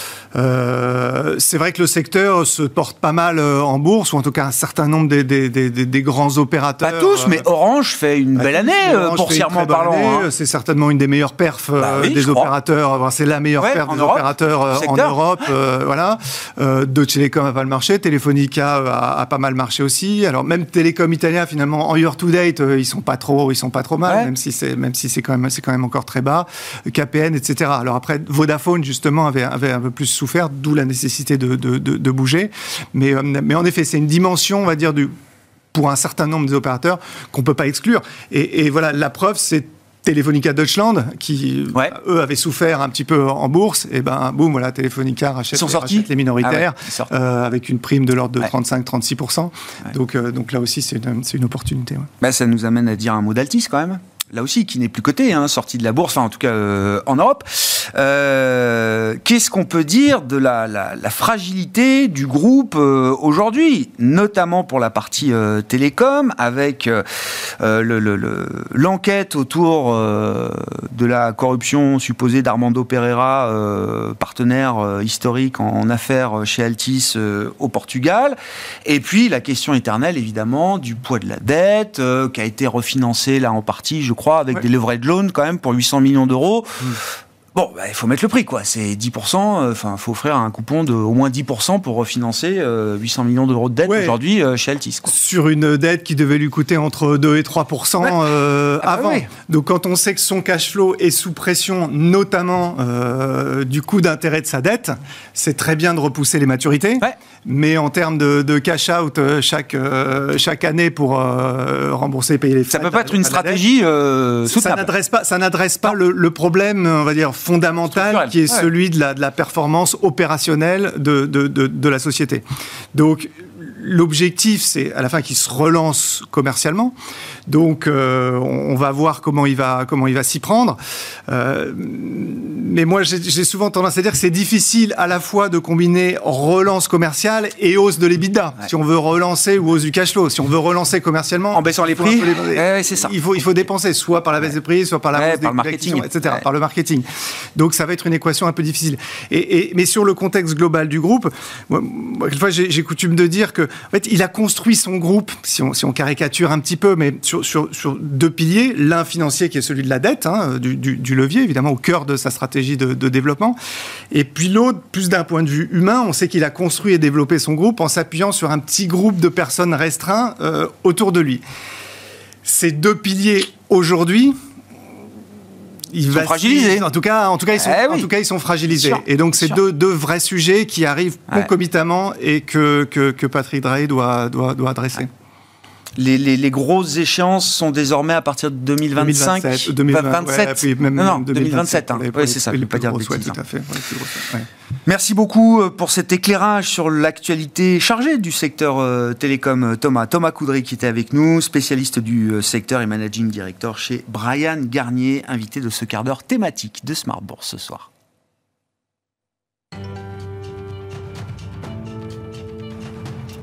Euh, c'est vrai que le secteur se porte pas mal euh, en bourse, ou en tout cas un certain nombre des, des, des, des grands opérateurs. Pas tous, euh, mais Orange fait une belle année, euh, boursièrement parlant. Hein. C'est certainement une des meilleures perfs euh, bah oui, des opérateurs. Enfin, c'est la meilleure ouais, perf des Europe, opérateurs euh, en Europe. Euh, voilà. Euh, Deutsche Telekom a pas mal marché, Telefonica a, a pas mal marché aussi. Alors même Telecom Italia, finalement, en year to date, euh, ils sont pas trop, ils sont pas trop mal, ouais. même si c'est, même si c'est quand même, c'est quand même encore très bas. K P N, et cetera. Alors après, Vodafone justement avait, avait un peu plus souffert. D'où la nécessité de, de, de, de bouger. Mais, euh, mais en effet, c'est une dimension, on va dire, du, pour un certain nombre des opérateurs qu'on ne peut pas exclure. Et, et voilà, la preuve, c'est Telefonica Deutschland, qui, ouais. eux, avaient souffert un petit peu en bourse. Et ben, boum, voilà, Telefonica rachète, rachète les minoritaires ah ouais, euh, avec une prime de l'ordre de ouais. trente-cinq à trente-six pour cent. Ouais. Donc, euh, donc là aussi, c'est une, c'est une opportunité. Ouais. Bah, ça nous amène à dire un mot d'Altis, quand même. Là aussi, qui n'est plus coté, hein, sorti de la bourse, enfin en tout cas euh, en Europe. Euh, qu'est-ce qu'on peut dire de la, la, la fragilité du groupe euh, aujourd'hui, notamment pour la partie euh, télécom, avec euh, le, le, le, l'enquête autour euh, de la corruption supposée d'Armando Pereira, euh, partenaire euh, historique en, en affaires chez Altis euh, au Portugal, et puis la question éternelle, évidemment, du poids de la dette, euh, qui a été refinancée là en partie, je crois, avec ouais. des leverage loans quand même pour huit cents millions d'euros. Mmh. Bon, bah, il faut mettre le prix, quoi. C'est dix pour cent. Enfin, il faut offrir un coupon de au moins dix pour cent pour refinancer euh, huit cents millions d'euros de dette ouais. aujourd'hui euh, chez Altice, quoi. Sur une dette qui devait lui coûter entre deux et trois pour cent ouais. euh, ah, avant. Ouais. Donc, quand on sait que son cash flow est sous pression, notamment euh, du coût d'intérêt de sa dette, c'est très bien de repousser les maturités. Ouais. Mais en termes de, de cash out chaque, euh, chaque année pour euh, rembourser et payer les frais. Ça peut pas être une stratégie euh, soutenable. Ça n'adresse pas, ça n'adresse pas le, le problème, on va dire, fondamental, qui est ouais. celui de la, de la performance opérationnelle de, de, de, de la société. Donc, l'objectif, c'est à la fin qu'il se relance commercialement. Donc, euh, on va voir comment il va, comment il va s'y prendre. Euh, mais moi, j'ai, j'ai souvent tendance à dire que c'est difficile à la fois de combiner relance commerciale et hausse de l'EBITDA. Ouais. Si on veut relancer ou hausse du cash flow. Si on veut relancer commercialement... En baissant les prix, les... Ouais, c'est ça. Il faut, il faut dépenser, soit par la baisse ouais. des prix, soit par la ouais, hausse par des le marketing, et cetera, ouais. par le marketing. Donc, ça va être une équation un peu difficile. Et, et, mais sur le contexte global du groupe, moi, quelquefois, j'ai, j'ai coutume de dire que, en fait, il a construit son groupe, si on, si on caricature un petit peu, mais sur, sur, sur deux piliers. L'un financier qui est celui de la dette, hein, du, du, du levier, évidemment, au cœur de sa stratégie de, de développement. Et puis l'autre, plus d'un point de vue humain, on sait qu'il a construit et développé son groupe en s'appuyant sur un petit groupe de personnes restreints euh, autour de lui. Ces deux piliers, aujourd'hui... Ils sont fragilisés. En tout cas, en tout cas, ils sont, eh oui. en tout cas, ils sont fragilisés. Sûr. Et donc, c'est deux, deux vrais sujets qui arrivent ouais. concomitamment et que, que, que Patrick Drahi doit, doit, doit adresser. Ouais. Les, les, les grosses échéances sont désormais à partir de deux mille vingt-cinq, deux mille vingt-sept, ouais, puis même non, non, deux mille vingt-sept. Hein. Oui, c'est ça, je ne vais pas dire de bêtises. Tout à fait. Ouais. Merci beaucoup pour cet éclairage sur l'actualité chargée du secteur euh, télécom. Thomas, Thomas Coudry qui était avec nous, spécialiste du euh, secteur et managing director chez Bryan Garnier, invité de ce quart d'heure thématique de Smart Bourse ce soir.